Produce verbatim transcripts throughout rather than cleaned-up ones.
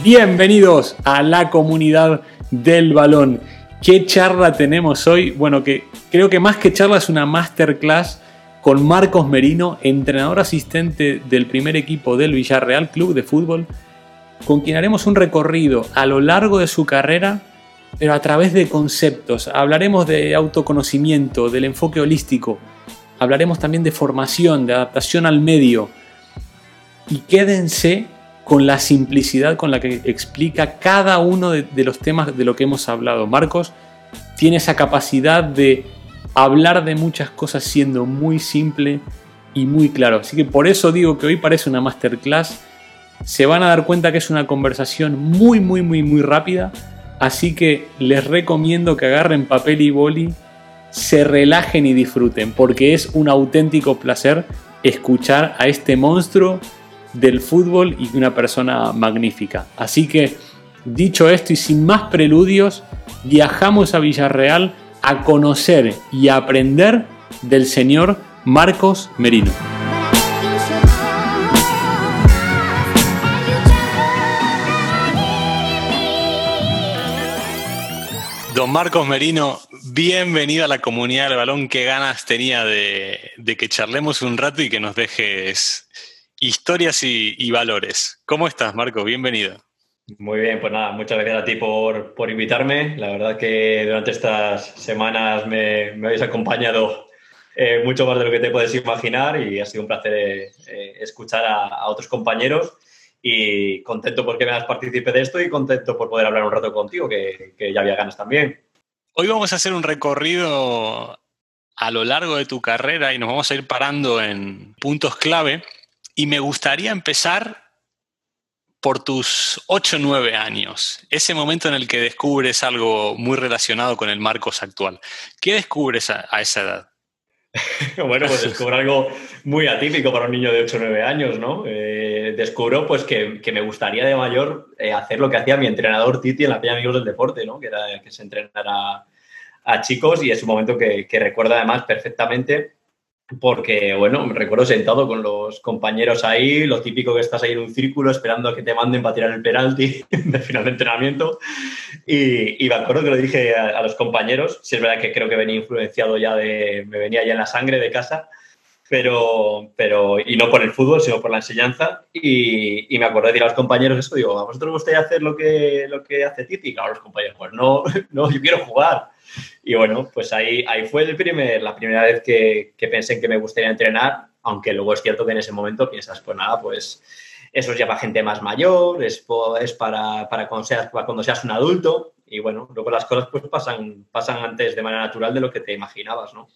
Bienvenidos a la comunidad del balón. ¿Qué charla tenemos hoy? Bueno, que creo que más que charla es una masterclass con Marcos Merino, entrenador asistente del primer equipo del Villarreal Club de Fútbol, con quien haremos un recorrido a lo largo de su carrera, pero a través de conceptos. Hablaremos de autoconocimiento, del enfoque holístico, hablaremos también de formación, de adaptación al medio. Y quédense con la simplicidad con la que explica cada uno de, de los temas de lo que hemos hablado. Marcos tiene esa capacidad de hablar de muchas cosas siendo muy simple y muy claro. Así que por eso digo que hoy parece una masterclass. Se van a dar cuenta que es una conversación muy, muy, muy, muy rápida. Así que les recomiendo que agarren papel y boli, se relajen y disfruten, porque es un auténtico placer escuchar a este monstruo del fútbol y una persona magnífica. Así que, dicho esto y sin más preludios, viajamos a Villarreal a conocer y a aprender del señor Marcos Merino. Don Marcos Merino, bienvenido a la comunidad del balón. Qué ganas tenía de, de que charlemos un rato y que nos dejes historias y, y valores. ¿Cómo estás, Marcos? Bienvenido. Muy bien, pues nada, muchas gracias a ti por, por invitarme. La verdad que durante estas semanas me, me habéis acompañado eh, mucho más de lo que te puedes imaginar y ha sido un placer eh, eh, escuchar a, a otros compañeros y contento porque me das partícipe de esto y contento por poder hablar un rato contigo, que, que ya había ganas también. Hoy vamos a hacer un recorrido a lo largo de tu carrera y nos vamos a ir parando en puntos clave. Y me gustaría empezar por tus ocho o nueve años, ese momento en el que descubres algo muy relacionado con el Marcos actual. ¿Qué descubres a, a esa edad? Bueno, pues descubro algo muy atípico para un niño de ocho o nueve años, ¿no? Eh, descubro pues que, que me gustaría de mayor eh, hacer lo que hacía mi entrenador Titi en la Peña Amigos del Deporte, ¿no? Que era que se entrenara a chicos y es un momento que, que recuerdo además perfectamente. Porque, bueno, me recuerdo sentado con los compañeros ahí, lo típico que estás ahí en un círculo esperando a que te manden para tirar el penalti de final de entrenamiento. Y, y me acuerdo que lo dije a, a los compañeros, si es verdad que creo que venía influenciado ya de, me venía ya en la sangre de casa, pero, pero y no por el fútbol, sino por la enseñanza. Y, y me acuerdo de decir a los compañeros eso, digo, ¿a vosotros os gustaría hacer lo que, lo que hace Titi? Claro, los compañeros, pues no, no, yo quiero jugar. Y bueno, pues ahí, ahí fue el primer, la primera vez que, que pensé en que me gustaría entrenar, aunque luego es cierto que en ese momento piensas, pues nada, pues eso es ya para gente más mayor, es, es para, para, cuando seas, para cuando seas un adulto y bueno, luego las cosas pues pasan, pasan antes de manera natural de lo que te imaginabas, ¿no?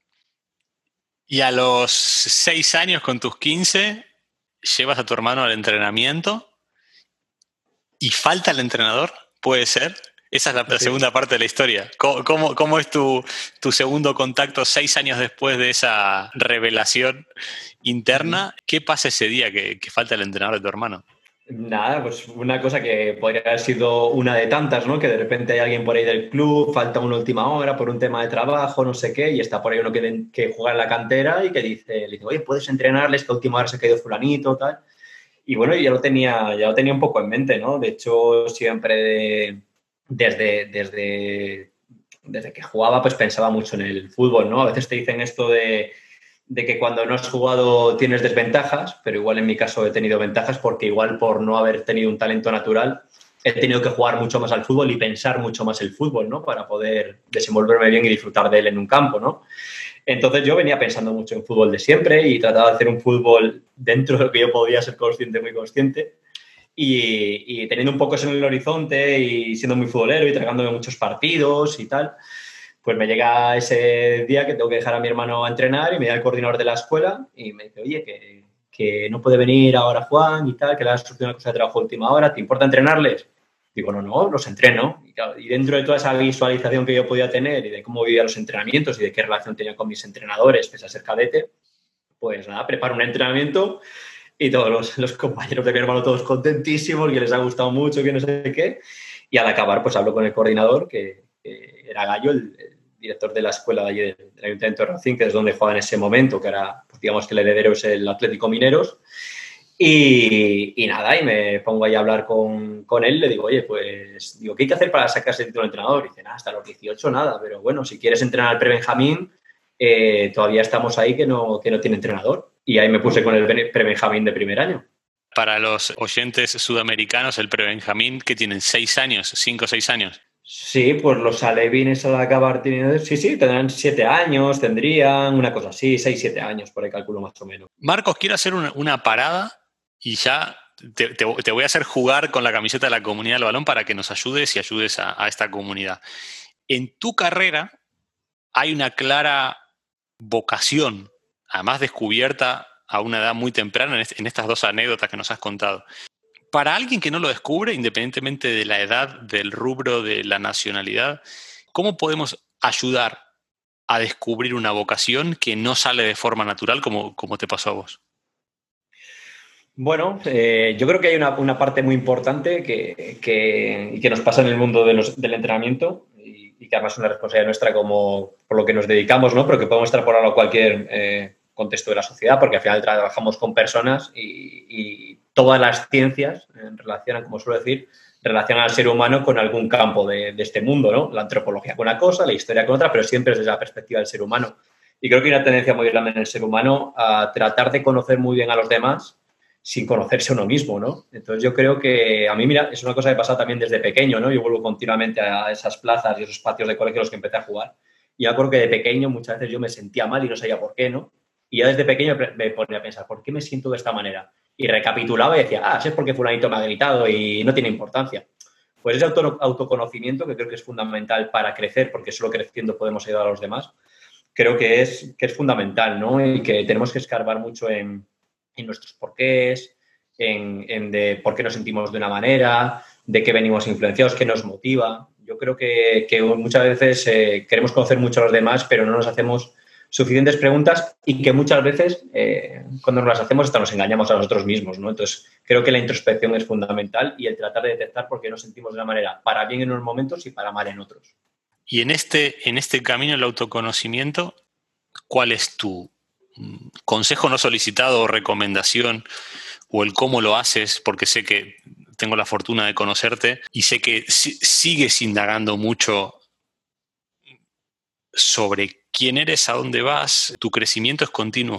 Y a los seis años, con tus quince, llevas a tu hermano al entrenamiento y falta el entrenador, ¿puede ser? Esa es la, la segunda parte de la historia. ¿Cómo, cómo, cómo es tu, tu segundo contacto seis años después de esa revelación interna? ¿Qué pasa ese día que, que falta el entrenador de tu hermano? Nada, pues una cosa que podría haber sido una de tantas, ¿no? Que de repente hay alguien por ahí del club, falta una última hora por un tema de trabajo, no sé qué, y está por ahí uno que, que juega en la cantera y que dice, le dice, oye, ¿puedes entrenarles? Que a última hora se ha caído fulanito, tal. Y bueno, ya lo tenía, ya lo tenía un poco en mente, ¿no? De hecho, siempre de, desde, desde, desde que jugaba, pues pensaba mucho en el fútbol, ¿no? A veces te dicen esto de, de que cuando no has jugado tienes desventajas, pero igual en mi caso he tenido ventajas porque igual por no haber tenido un talento natural he tenido que jugar mucho más al fútbol y pensar mucho más el fútbol, ¿no? Para poder desenvolverme bien y disfrutar de él en un campo, ¿no? Entonces yo venía pensando mucho en fútbol de siempre y trataba de hacer un fútbol dentro de lo que yo podía ser consciente, muy consciente. Y, y teniendo un poco eso en el horizonte y siendo muy futbolero y tragándome muchos partidos y tal, pues me llega ese día que tengo que dejar a mi hermano a entrenar y me da el coordinador de la escuela y me dice, oye, que, que no puede venir ahora Juan y tal, que le has surgido una cosa de trabajo a última hora, ¿te importa entrenarles? Digo, no, no, los entreno. Y, claro, y dentro de toda esa visualización que yo podía tener y de cómo vivía los entrenamientos y de qué relación tenía con mis entrenadores, pese a ser cadete, pues nada, preparo un entrenamiento y todos los, los compañeros de mi hermano todos contentísimos, que les ha gustado mucho, que no sé qué. Y al acabar, pues hablo con el coordinador, que, que era Gallo, el, el director de la escuela de allí del, del Ayuntamiento de Racing, que es donde jugaba en ese momento, que era, pues digamos que el heredero es el Atlético Mineros. Y, y nada, y me pongo ahí a hablar con, con él, le digo, oye, pues, digo, ¿qué hay que hacer para sacarse el título de entrenador? Y dice, nada, hasta los dieciocho nada, pero bueno, si quieres entrenar al pre-Benjamín, eh, todavía estamos ahí que no, que no tiene entrenador. Y ahí me puse con el pre-Benjamín de primer año. Para los oyentes sudamericanos, el pre-Benjamín, que tienen seis años, cinco o seis años. Sí, pues los alevines al acabar teniendo, sí, sí, tendrán siete años, tendrían una cosa así, seis, siete años, por ahí calculo más o menos. Marcos, quiero hacer una, una parada y ya te, te, te voy a hacer jugar con la camiseta de la Comunidad del Balón para que nos ayudes y ayudes a, a esta comunidad. En tu carrera hay una clara vocación, además descubierta a una edad muy temprana en, este, en estas dos anécdotas que nos has contado. Para alguien que no lo descubre, independientemente de la edad, del rubro, de la nacionalidad, ¿cómo podemos ayudar a descubrir una vocación que no sale de forma natural como, como te pasó a vos? Bueno, eh, yo creo que hay una, una parte muy importante que, que, que nos pasa en el mundo de los, del entrenamiento y, y que además es una responsabilidad nuestra como por lo que nos dedicamos, ¿no? Pero que podemos extrapolarlo a cualquier eh, contexto de la sociedad, porque al final trabajamos con personas y, y todas las ciencias relacionan, como suelo decir, relacionan al ser humano con algún campo de, de este mundo, ¿no? La antropología con una cosa, la historia con otra, pero siempre desde la perspectiva del ser humano. Y creo que hay una tendencia muy grande en el ser humano a tratar de conocer muy bien a los demás sin conocerse uno mismo, ¿no? Entonces yo creo que a mí, mira, es una cosa que he pasado también desde pequeño, ¿no? Yo vuelvo continuamente a esas plazas y esos patios de colegio en los que empecé a jugar. Y yo creo que de pequeño muchas veces yo me sentía mal y no sabía por qué, ¿no? Y ya desde pequeño me ponía a pensar, ¿por qué me siento de esta manera? Y recapitulaba y decía, ah, si es porque fulanito me ha gritado y no tiene importancia. Pues ese auto, autoconocimiento, que creo que es fundamental para crecer, porque solo creciendo podemos ayudar a los demás, creo que es, que es fundamental, ¿no? Y que tenemos que escarbar mucho en en nuestros porqués, en, en de por qué nos sentimos de una manera, de qué venimos influenciados, qué nos motiva. Yo creo que, que muchas veces eh, queremos conocer mucho a los demás, pero no nos hacemos suficientes preguntas y que muchas veces eh, cuando nos las hacemos hasta nos engañamos a nosotros mismos, ¿no? Entonces, creo que la introspección es fundamental y el tratar de detectar por qué nos sentimos de una manera para bien en unos momentos y para mal en otros. Y en este, en este camino del autoconocimiento, ¿cuál es tu consejo no solicitado o recomendación o el cómo lo haces? Porque sé que tengo la fortuna de conocerte y sé que si, sigues indagando mucho sobre quién eres, a dónde vas, tu crecimiento es continuo.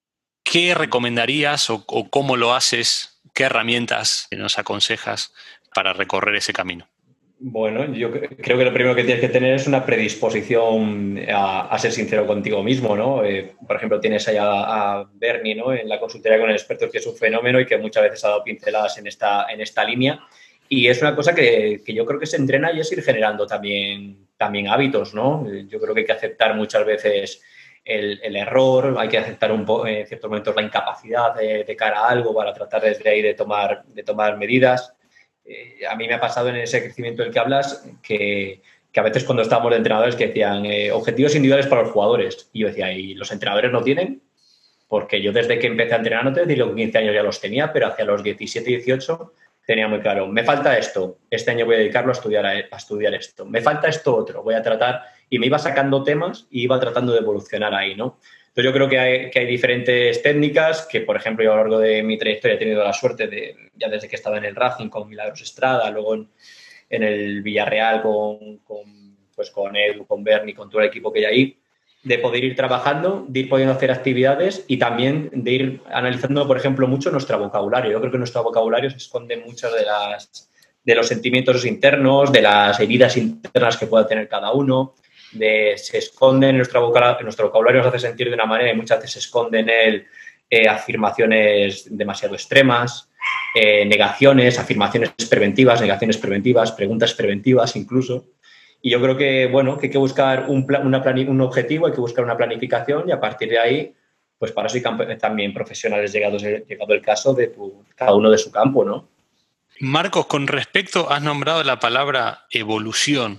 ¿Qué recomendarías o, o cómo lo haces? ¿Qué herramientas nos aconsejas para recorrer ese camino? Bueno, yo creo que lo primero que tienes que tener es una predisposición a, a ser sincero contigo mismo, ¿no? Eh, por ejemplo, tienes allá a Bernie, ¿no? En la consultoría con expertos, que es un fenómeno y que muchas veces ha dado pinceladas en esta, en esta línea. Y es una cosa que, que yo creo que se entrena y es ir generando también, también hábitos, ¿no? Yo creo que hay que aceptar muchas veces el, el error, hay que aceptar un po, en ciertos momentos la incapacidad de, de cara a algo para tratar desde ahí de tomar, de tomar medidas. Eh, a mí me ha pasado en ese crecimiento del que hablas que, que a veces cuando estábamos de entrenadores que decían eh, objetivos individuales para los jugadores. Y yo decía, ¿y los entrenadores no tienen? Porque yo desde que empecé a entrenar, no te digo que quince años ya los tenía, pero hacia los diecisiete, dieciocho tenía muy claro, me falta esto, este año voy a dedicarlo a estudiar, a, a estudiar esto, me falta esto otro, voy a tratar, y me iba sacando temas y iba tratando de evolucionar ahí, ¿no? Entonces yo creo que hay, que hay diferentes técnicas que, por ejemplo, yo a lo largo de mi trayectoria he tenido la suerte de, ya desde que estaba en el Racing con Milagros Estrada, luego en, en el Villarreal con, con, pues con Edu, con Bernie, con todo el equipo que hay ahí, de poder ir trabajando, de ir pudiendo hacer actividades y también de ir analizando, por ejemplo, mucho nuestro vocabulario. Yo creo que en nuestro vocabulario se esconden muchas de las de los sentimientos internos, de las heridas internas que pueda tener cada uno, de se esconde en nuestro vocabulario, en nuestro vocabulario nos hace sentir de una manera y muchas veces se esconde en él eh, afirmaciones demasiado extremas, eh, negaciones, afirmaciones preventivas, negaciones preventivas, preguntas preventivas incluso. Y yo creo que, bueno, que hay que buscar un, plan, una plani, un objetivo, hay que buscar una planificación y a partir de ahí, pues para eso hay también profesionales llegados, llegado el caso de tu, cada uno de su campo, ¿no? Marcos, con respecto, has nombrado la palabra evolución.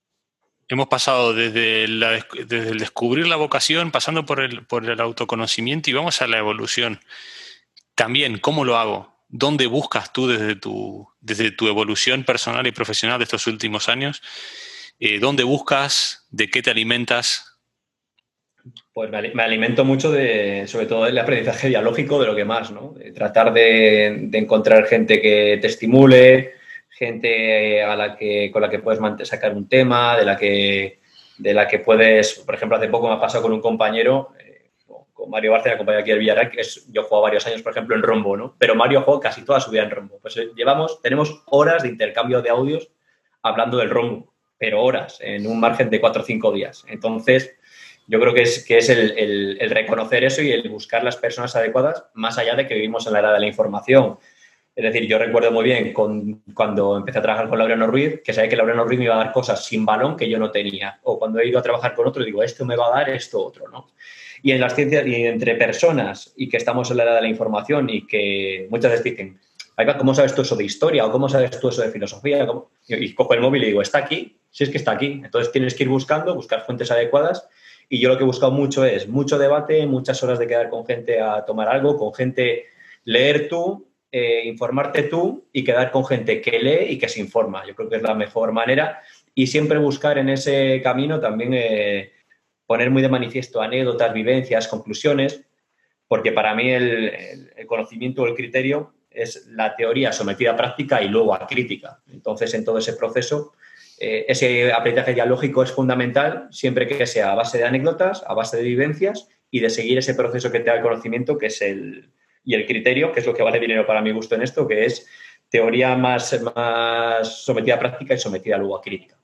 Hemos pasado desde, la, desde el descubrir la vocación, pasando por el, por el autoconocimiento y vamos a la evolución. También, ¿cómo lo hago? ¿Dónde buscas tú desde tu, desde tu evolución personal y profesional de estos últimos años? Eh, ¿Dónde buscas? ¿De qué te alimentas? Pues me, me alimento mucho de, sobre todo del aprendizaje dialógico, de lo que más, ¿no? De tratar de, de encontrar gente que te estimule, gente a la que, con la que puedes sacar un tema, de la que, de la que puedes, por ejemplo, hace poco me ha pasado con un compañero, eh, con Mario Bárcena, compañero aquí del Villarreal, que es, yo juego varios años, por ejemplo, en rombo, ¿no? Pero Mario juega casi toda su vida en rombo. Pues eh, llevamos, tenemos horas de intercambio de audios hablando del rombo, pero horas, en un margen de cuatro o cinco días. Entonces, yo creo que es, que es el, el, el reconocer eso y el buscar las personas adecuadas, más allá de que vivimos en la era de la información. Es decir, yo recuerdo muy bien con, cuando empecé a trabajar con Laureano Ruiz, que sabía que Laureano Ruiz me iba a dar cosas sin balón que yo no tenía. O cuando he ido a trabajar con otro, digo, esto me va a dar esto otro, ¿no? Y en las ciencias, y entre personas, y que estamos en la era de la información, y que muchas veces dicen, ¿cómo sabes tú eso de historia? ¿O cómo sabes tú eso de filosofía? ¿Cómo? Y cojo el móvil y digo, está aquí, si es que está aquí. Entonces tienes que ir buscando, buscar fuentes adecuadas. Y yo lo que he buscado mucho es mucho debate, muchas horas de quedar con gente a tomar algo, con gente, leer tú, eh, informarte tú y quedar con gente que lee y que se informa. Yo creo que es la mejor manera. Y siempre buscar en ese camino también eh, poner muy de manifiesto anécdotas, vivencias, conclusiones, porque para mí el, el, el conocimiento o el criterio es la teoría sometida a práctica y luego a crítica. Entonces, en todo ese proceso, eh, ese aprendizaje dialógico es fundamental siempre que sea a base de anécdotas, a base de vivencias y de seguir ese proceso que te da el conocimiento, que es el, y el criterio, que es lo que vale dinero para mi gusto en esto, que es teoría más, más sometida a práctica y sometida luego a crítica.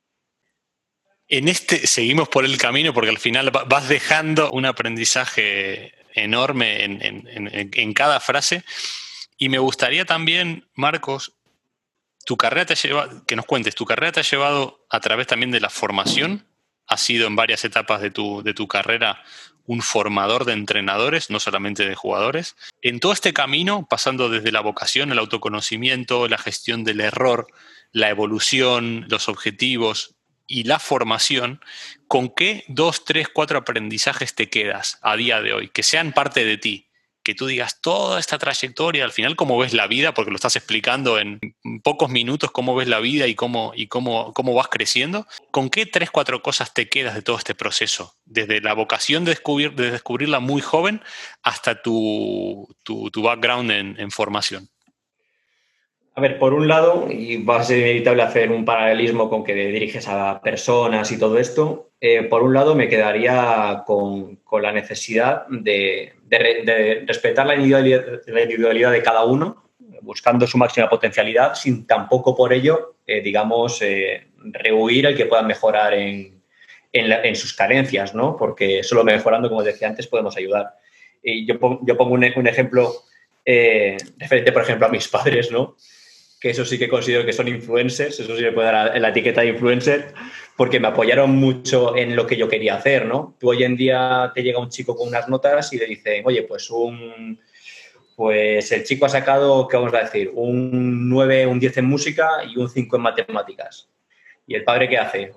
En este seguimos por el camino porque al final vas dejando un aprendizaje enorme en, en, en, en cada frase. Y me gustaría también, Marcos, tu carrera te ha llevado, que nos cuentes, tu carrera te ha llevado a través también de la formación. Has sido en varias etapas de tu, de tu carrera un formador de entrenadores, no solamente de jugadores. En todo este camino, pasando desde la vocación, el autoconocimiento, la gestión del error, la evolución, los objetivos y la formación, ¿con qué dos, tres, cuatro aprendizajes te quedas a día de hoy? Que sean parte de ti, que tú digas toda esta trayectoria, al final cómo ves la vida, porque lo estás explicando en pocos minutos, cómo ves la vida y cómo, y cómo, cómo vas creciendo. ¿Con qué tres, cuatro cosas te quedas de todo este proceso? Desde la vocación de, descubrir, de descubrirla muy joven hasta tu, tu, tu background en, en formación. A ver, por un lado, y va a ser inevitable hacer un paralelismo con que diriges a personas y todo esto, eh, por un lado me quedaría con, con la necesidad de, de, de respetar la individualidad, la individualidad de cada uno, buscando su máxima potencialidad, sin tampoco por ello, eh, digamos, eh, rehuir el que puedan mejorar en, en, la, en sus carencias, ¿no? Porque solo mejorando, como decía antes, podemos ayudar. Y yo, yo pongo un, un ejemplo eh, referente, por ejemplo, a mis padres, ¿no? Que eso sí que considero que son influencers, eso sí me puede dar la etiqueta de influencer, porque me apoyaron mucho en lo que yo quería hacer, ¿no? Tú hoy en día te llega un chico con unas notas y le dicen, oye, pues un... Pues el chico ha sacado, ¿qué vamos a decir? Un nueve, un diez en música y un cinco en matemáticas. ¿Y el padre qué hace?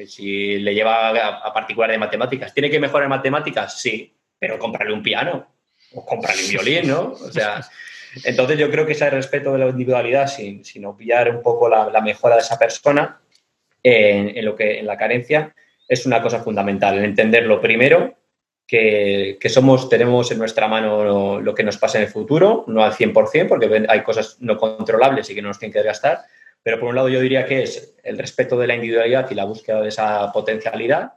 Si le lleva a particular de matemáticas, ¿tiene que mejorar en matemáticas? Sí, pero cómprale un piano o cómprale un violín, ¿no? O sea... Entonces, yo creo que ese respeto de la individualidad, sin, sin obviar un poco la, la mejora de esa persona en, en, lo que, en la carencia, es una cosa fundamental. En entender lo primero, que, que somos, tenemos en nuestra mano lo, lo que nos pasa en el futuro, no al cien por ciento, porque hay cosas no controlables y que no nos tienen que desgastar, pero por un lado yo diría que es el respeto de la individualidad y la búsqueda de esa potencialidad,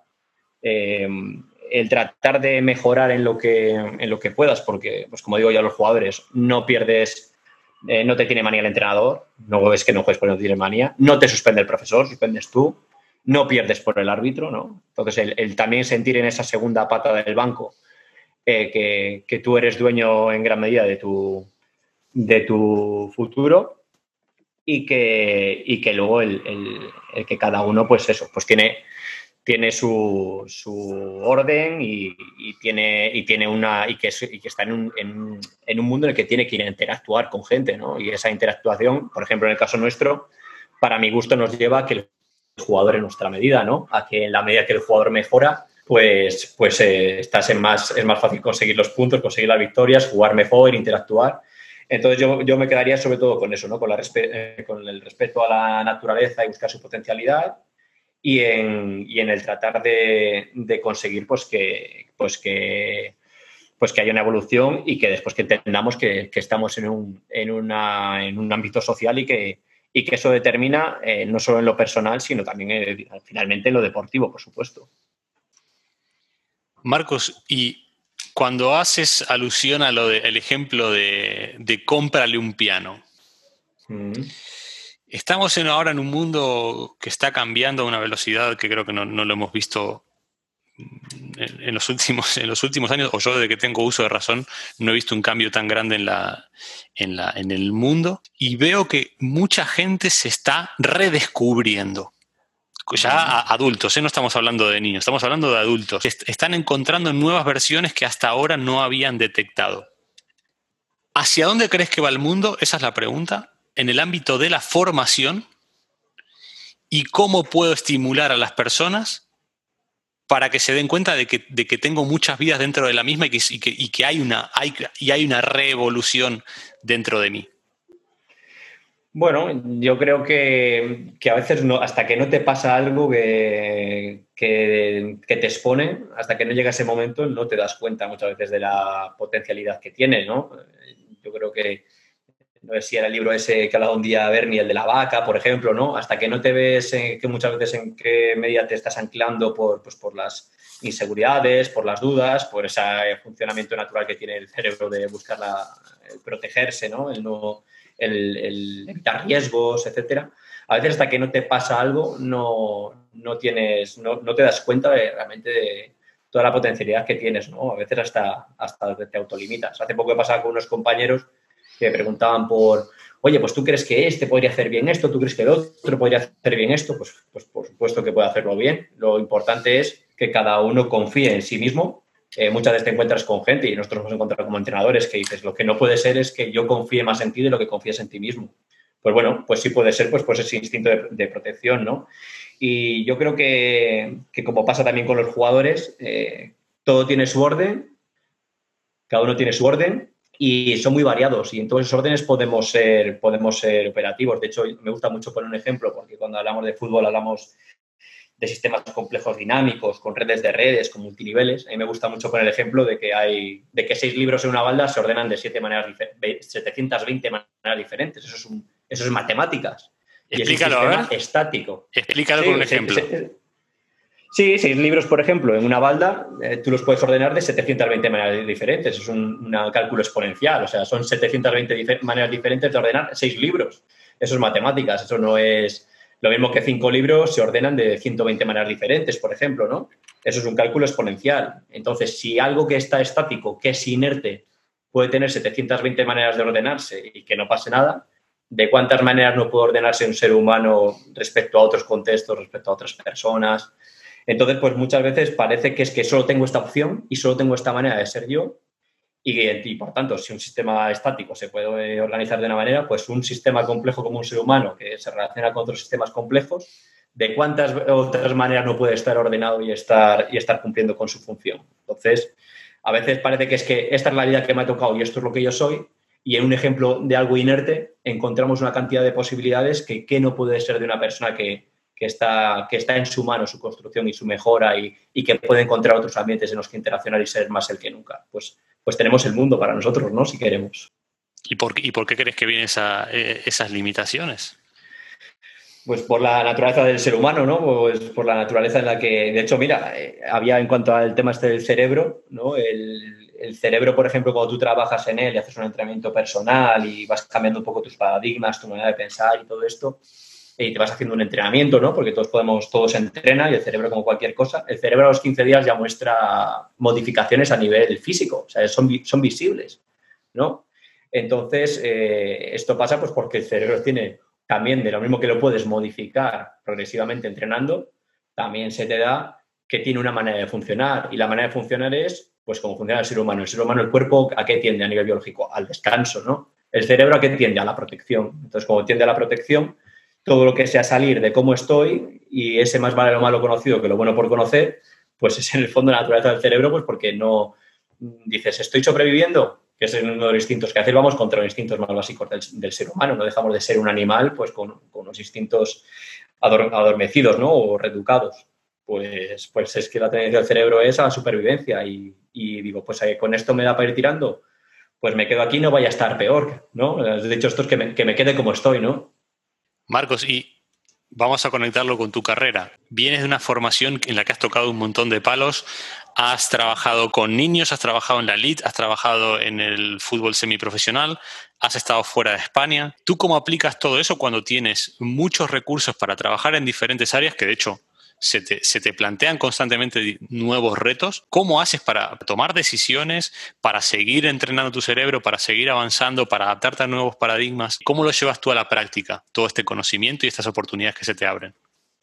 eh, el tratar de mejorar en lo que, en lo que puedas, porque, pues como digo yo a los jugadores, no pierdes, eh, no te tiene manía el entrenador, no es que no juegues porque no te tiene manía, no te suspende el profesor, suspendes tú, no pierdes por el árbitro, ¿no? Entonces, el, el también sentir en esa segunda pata del banco eh, que, que tú eres dueño en gran medida de tu, de tu futuro y que, y que luego el, el, el que cada uno, pues eso, pues tiene... tiene su, su orden y, y tiene y tiene una y que, es, y que está en un, en, en un mundo en el que tiene que interactuar con gente, ¿no? Y esa interactuación, por ejemplo, en el caso nuestro, para mi gusto nos lleva a que el jugador en nuestra medida, ¿no? A que en la medida que el jugador mejora, pues, pues eh, estás en más, es más fácil conseguir los puntos, conseguir las victorias, jugar mejor, interactuar. Entonces yo, yo me quedaría sobre todo con eso, ¿no? Con, la respe- eh, con el respeto a la naturaleza y buscar su potencialidad. y en, y en el tratar de, de conseguir pues que, pues que pues que haya una evolución y que después que entendamos que, que estamos en un, en, una, en un ámbito social y que, y que eso determina eh, no solo en lo personal, sino también eh, finalmente en lo deportivo, por supuesto. Marcos, y cuando haces alusión a lo de, el ejemplo de, de cómprale un piano, mm. estamos en, ahora en un mundo que está cambiando a una velocidad que creo que no, no lo hemos visto en, en, los últimos, en los últimos años, o yo desde que tengo uso de razón no he visto un cambio tan grande en, la, en, la, en el mundo, y veo que mucha gente se está redescubriendo. Ya adultos, ¿eh? No estamos hablando de niños, estamos hablando de adultos. Est- están encontrando nuevas versiones que hasta ahora no habían detectado. ¿Hacia dónde crees que va el mundo? Esa es la pregunta. En el ámbito de la formación, y cómo puedo estimular a las personas para que se den cuenta de que, de que tengo muchas vidas dentro de la misma y que, y que, y que hay, una, hay, y hay una revolución dentro de mí. Bueno, yo creo que, que a veces no, hasta que no te pasa algo que, que, que te expone, hasta que no llega ese momento, no te das cuenta muchas veces de la potencialidad que tiene, ¿no? Yo creo que, no sé si era el libro ese que hablaba un día Bernie, el de la vaca, por ejemplo, ¿no? Hasta que no te ves en, que muchas veces en qué medida te estás anclando por, pues, por las inseguridades, por las dudas, por ese funcionamiento natural que tiene el cerebro de buscar la, el protegerse, ¿no? El no El, el, evitar riesgos, etcétera. A veces hasta que no te pasa algo no, no, tienes, no, no te das cuenta de, realmente de toda la potencialidad que tienes, ¿no? A veces hasta, hasta te autolimitas. Hace poco he pasado con unos compañeros que me preguntaban por, oye, pues tú crees que este podría hacer bien esto, tú crees que el otro podría hacer bien esto, pues, pues por supuesto que puede hacerlo bien. Lo importante es que cada uno confíe en sí mismo. Eh, muchas veces te encuentras con gente y nosotros nos hemos encontrado como entrenadores que dices, lo que no puede ser es que yo confíe más en ti de lo que confíes en ti mismo. Pues bueno, pues sí puede ser pues, pues ese instinto de, de protección, ¿no? Y yo creo que, que como pasa también con los jugadores, eh, todo tiene su orden, cada uno tiene su orden y son muy variados y en todos esos órdenes podemos ser, podemos ser operativos. De hecho, me gusta mucho poner un ejemplo porque cuando hablamos de fútbol hablamos de sistemas complejos dinámicos, con redes de redes, con multiniveles. A mí me gusta mucho poner el ejemplo de que hay de que seis libros en una balda se ordenan de siete maneras, setecientas veinte maneras diferentes. Eso es, un, eso es matemáticas. Explícalo, y es un sistema a ver. estático. Explícalo sí, con un ejemplo. Sí, sí, sí, seis libros, por ejemplo, en una balda, eh, tú los puedes ordenar de setecientas veinte maneras diferentes. Es un, un cálculo exponencial. O sea, son setecientas veinte difer- maneras diferentes de ordenar seis libros. Eso es matemáticas. Eso no es... Lo mismo que cinco libros se ordenan de ciento veinte maneras diferentes, por ejemplo, ¿no? Eso es un cálculo exponencial. Entonces, si algo que está estático, que es inerte, puede tener setecientas veinte maneras de ordenarse y que no pase nada, ¿de cuántas maneras no puede ordenarse un ser humano respecto a otros contextos, respecto a otras personas? Entonces, pues muchas veces parece que es que solo tengo esta opción y solo tengo esta manera de ser yo. Y, y, por tanto, si un sistema estático se puede organizar de una manera, pues un sistema complejo como un ser humano que se relaciona con otros sistemas complejos, ¿de cuántas otras maneras no puede estar ordenado y estar, y estar cumpliendo con su función? Entonces, a veces parece que es que esta es la vida que me ha tocado y esto es lo que yo soy, y en un ejemplo de algo inerte encontramos una cantidad de posibilidades que, que no puede ser de una persona que, que, está, que está en su mano su construcción y su mejora y, y que puede encontrar otros ambientes en los que interaccionar y ser más el que nunca. Pues pues tenemos el mundo para nosotros, ¿no? Si queremos. ¿Y por, y por qué crees que vienen esa, eh, esas limitaciones? Pues por la naturaleza del ser humano, ¿no? Pues por la naturaleza en la que, de hecho, mira, eh, había en cuanto al tema este del cerebro, ¿no? El, el cerebro, por ejemplo, cuando tú trabajas en él y haces un entrenamiento personal y vas cambiando un poco tus paradigmas, tu manera de pensar y todo esto, y te vas haciendo un entrenamiento, ¿no? Porque todos podemos, todo se entrena y el cerebro, como cualquier cosa, el cerebro a los quince días ya muestra modificaciones a nivel físico, o sea, son, son visibles, ¿no? Entonces, eh, esto pasa pues porque el cerebro tiene también, de lo mismo que lo puedes modificar progresivamente entrenando, también se te da que tiene una manera de funcionar y la manera de funcionar es, pues, como funciona el ser humano. El ser humano, el cuerpo, ¿a qué tiende a nivel biológico? Al descanso, ¿no? El cerebro, ¿a qué tiende? A la protección. Entonces, como tiende a la protección, todo lo que sea salir de cómo estoy y ese más vale lo malo conocido que lo bueno por conocer, pues es en el fondo la naturaleza del cerebro, pues porque no dices, estoy sobreviviendo, que es uno de los instintos que hacer, vamos contra los instintos más básicos del, del ser humano, no dejamos de ser un animal pues con, con unos instintos ador- adormecidos, ¿no? O reeducados. Pues, pues es que la tendencia del cerebro es a la supervivencia y, y digo, pues eh, con esto me da para ir tirando, pues me quedo aquí, no vaya a estar peor, ¿no? De hecho, esto es que me, que me quede como estoy, ¿no? Marcos, y vamos a conectarlo con tu carrera. Vienes de una formación en la que has tocado un montón de palos, has trabajado con niños, has trabajado en la elite, has trabajado en el fútbol semiprofesional, has estado fuera de España. ¿Tú cómo aplicas todo eso cuando tienes muchos recursos para trabajar en diferentes áreas, que de hecho se te, se te plantean constantemente nuevos retos? ¿Cómo haces para tomar decisiones, para seguir entrenando tu cerebro, para seguir avanzando, para adaptarte a nuevos paradigmas? ¿Cómo lo llevas tú a la práctica, todo este conocimiento y estas oportunidades que se te abren?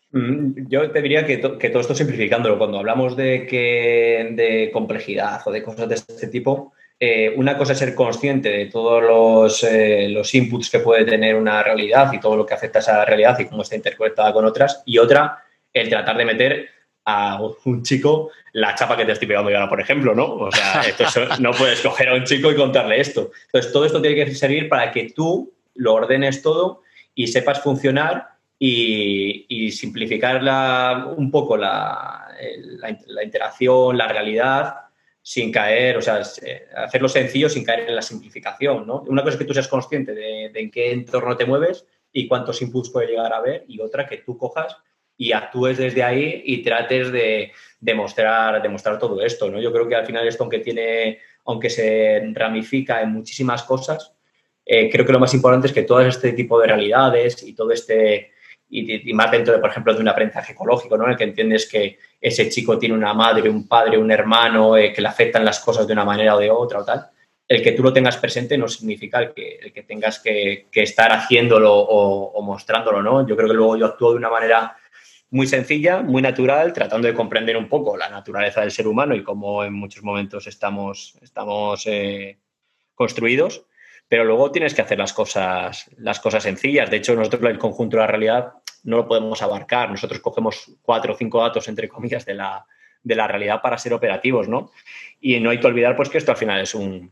Yo te diría que, to, que todo esto simplificándolo, cuando hablamos de, que, de complejidad o de cosas de este tipo, eh, una cosa es ser consciente de todos los, eh, los inputs que puede tener una realidad y todo lo que afecta a esa realidad y cómo está interconectada con otras, y otra, el tratar de meter a un chico la chapa que te estoy pegando yo ahora, por ejemplo, ¿no? O sea, esto es, no puedes coger a un chico y contarle esto. Entonces, todo esto tiene que servir para que tú lo ordenes todo y sepas funcionar y, y simplificar la, un poco la, la, la interacción, la realidad, sin caer, o sea, hacerlo sencillo sin caer en la simplificación, ¿no? Una cosa es que tú seas consciente de, de en qué entorno te mueves y cuántos inputs puede llegar a haber, y otra que tú cojas y actúes desde ahí y trates de demostrar, demostrar todo esto, ¿no? Yo creo que al final esto, aunque tiene, aunque se ramifica en muchísimas cosas, eh, creo que lo más importante es que todo este tipo de realidades y todo este, y, y más dentro de, por ejemplo, de un aprendizaje ecológico, ¿no? En el que entiendes que ese chico tiene una madre, un padre, un hermano, eh, que le afectan las cosas de una manera o de otra o tal. El que tú lo tengas presente no significa el que, el que tengas que, que estar haciéndolo o, o mostrándolo, ¿no? Yo creo que luego yo actúo de una manera muy sencilla, muy natural, tratando de comprender un poco la naturaleza del ser humano y cómo en muchos momentos estamos, estamos eh, construidos, pero luego tienes que hacer las cosas, las cosas sencillas. De hecho, nosotros el conjunto de la realidad no lo podemos abarcar. Nosotros cogemos cuatro o cinco datos, entre comillas, de la, de la realidad para ser operativos, ¿no? Y no hay que olvidar, pues, que esto al final es un...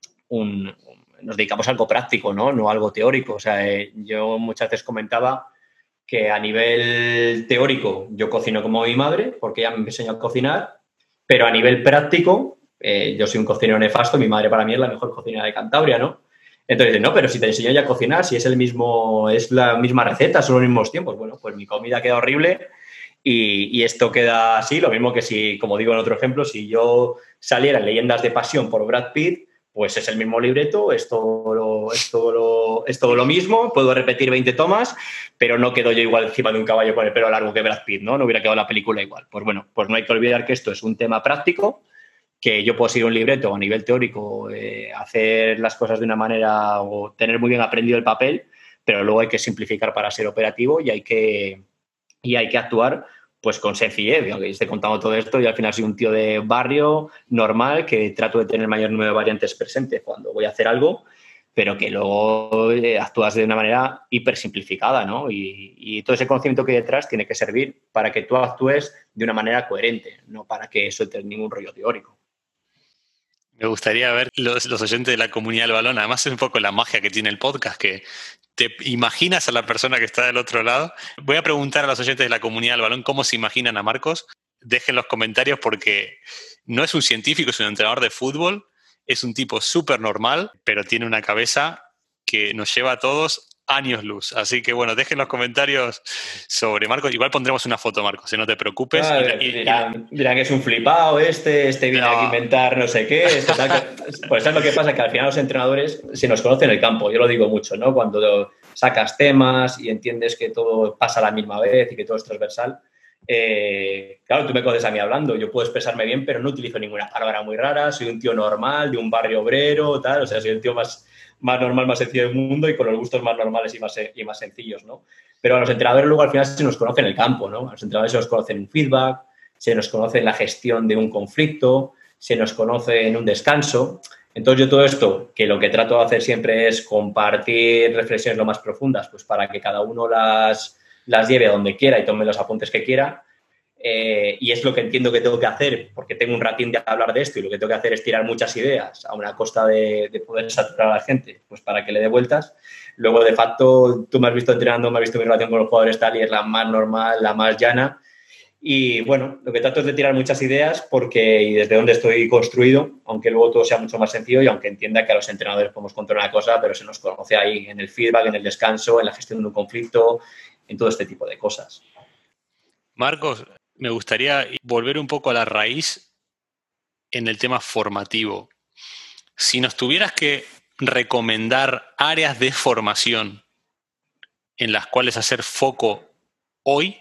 un nos dedicamos a algo práctico, ¿no? No algo teórico. O sea, eh, yo muchas veces comentaba que a nivel teórico yo cocino como mi madre, porque ella me enseñó a cocinar, pero a nivel práctico, eh, yo soy un cocinero nefasto, mi madre para mí es la mejor cocinera de Cantabria, ¿no? Entonces, no, pero si te enseño ya a cocinar, si es el mismo, es la misma receta, son los mismos tiempos, bueno, pues mi comida queda horrible y, y esto queda así, lo mismo que si, como digo en otro ejemplo, si yo saliera en Leyendas de Pasión por Brad Pitt, pues es el mismo libreto, es todo, lo, es, todo lo, es todo lo mismo, puedo repetir veinte tomas, pero no quedo yo igual encima de un caballo con el pelo largo que Brad Pitt, ¿no? No hubiera quedado la película igual. Pues bueno, pues no hay que olvidar que esto es un tema práctico, que yo puedo seguir un libreto a nivel teórico, eh, hacer las cosas de una manera o tener muy bien aprendido el papel, pero luego hay que simplificar para ser operativo y hay que, y hay que actuar pues con sencillez. Aunque esté contando todo esto, y al final soy un tío de barrio normal que trato de tener el mayor número de variantes presentes cuando voy a hacer algo, pero que luego eh, actúas de una manera hiper simplificada, ¿no? Y, y todo ese conocimiento que hay detrás tiene que servir para que tú actúes de una manera coherente, no para que sueltes ningún rollo teórico. Me gustaría ver los, los oyentes de la comunidad del balón. Además es un poco la magia que tiene el podcast, que te imaginas a la persona que está del otro lado. Voy a preguntar a los oyentes de la comunidad del balón cómo se imaginan a Marcos. Dejen los comentarios porque no es un científico, es un entrenador de fútbol. Es un tipo súper normal, pero tiene una cabeza que nos lleva a todos años luz. Así que bueno, dejen los comentarios sobre Marcos. Igual pondremos una foto, Marcos, si no te preocupes. Ah, y, y, dirán, dirán que es un flipado este, este viene no. aquí a inventar no sé qué. Este tal, que, pues ¿sabes lo que pasa? Que al final los entrenadores se nos conocen en el campo. Yo lo digo mucho, ¿no? Cuando sacas temas y entiendes que todo pasa a la misma vez y que todo es transversal. Eh, claro, tú me conoces a mí hablando, yo puedo expresarme bien, pero no utilizo ninguna palabra muy rara, soy un tío normal, de un barrio obrero, tal, o sea, soy el tío más, más normal, más sencillo del mundo y con los gustos más normales y más, y más sencillos, ¿no? Pero a los entrenadores luego al final se nos conoce en el campo, ¿no? A los entrenadores se nos conoce en un feedback, se nos conoce en la gestión de un conflicto, se nos conoce en un descanso. Entonces yo todo esto, que lo que trato de hacer siempre es compartir reflexiones lo más profundas, pues para que cada uno las... las lleve a donde quiera y tome los apuntes que quiera, eh, y es lo que entiendo que tengo que hacer, porque tengo un ratín de hablar de esto y lo que tengo que hacer es tirar muchas ideas a una costa de, de poder saturar a la gente, pues para que le dé vueltas. Luego, de facto, tú me has visto entrenando, me has visto mi relación con los jugadores tal y es la más normal, la más llana. Y bueno, lo que trato es de tirar muchas ideas porque y desde donde estoy construido, aunque luego todo sea mucho más sencillo y aunque entienda que a los entrenadores podemos contar una cosa, pero se nos conoce ahí en el feedback, en el descanso, en la gestión de un conflicto, en todo este tipo de cosas. Marcos, me gustaría volver un poco a la raíz en el tema formativo. Si nos tuvieras que recomendar áreas de formación en las cuales hacer foco hoy,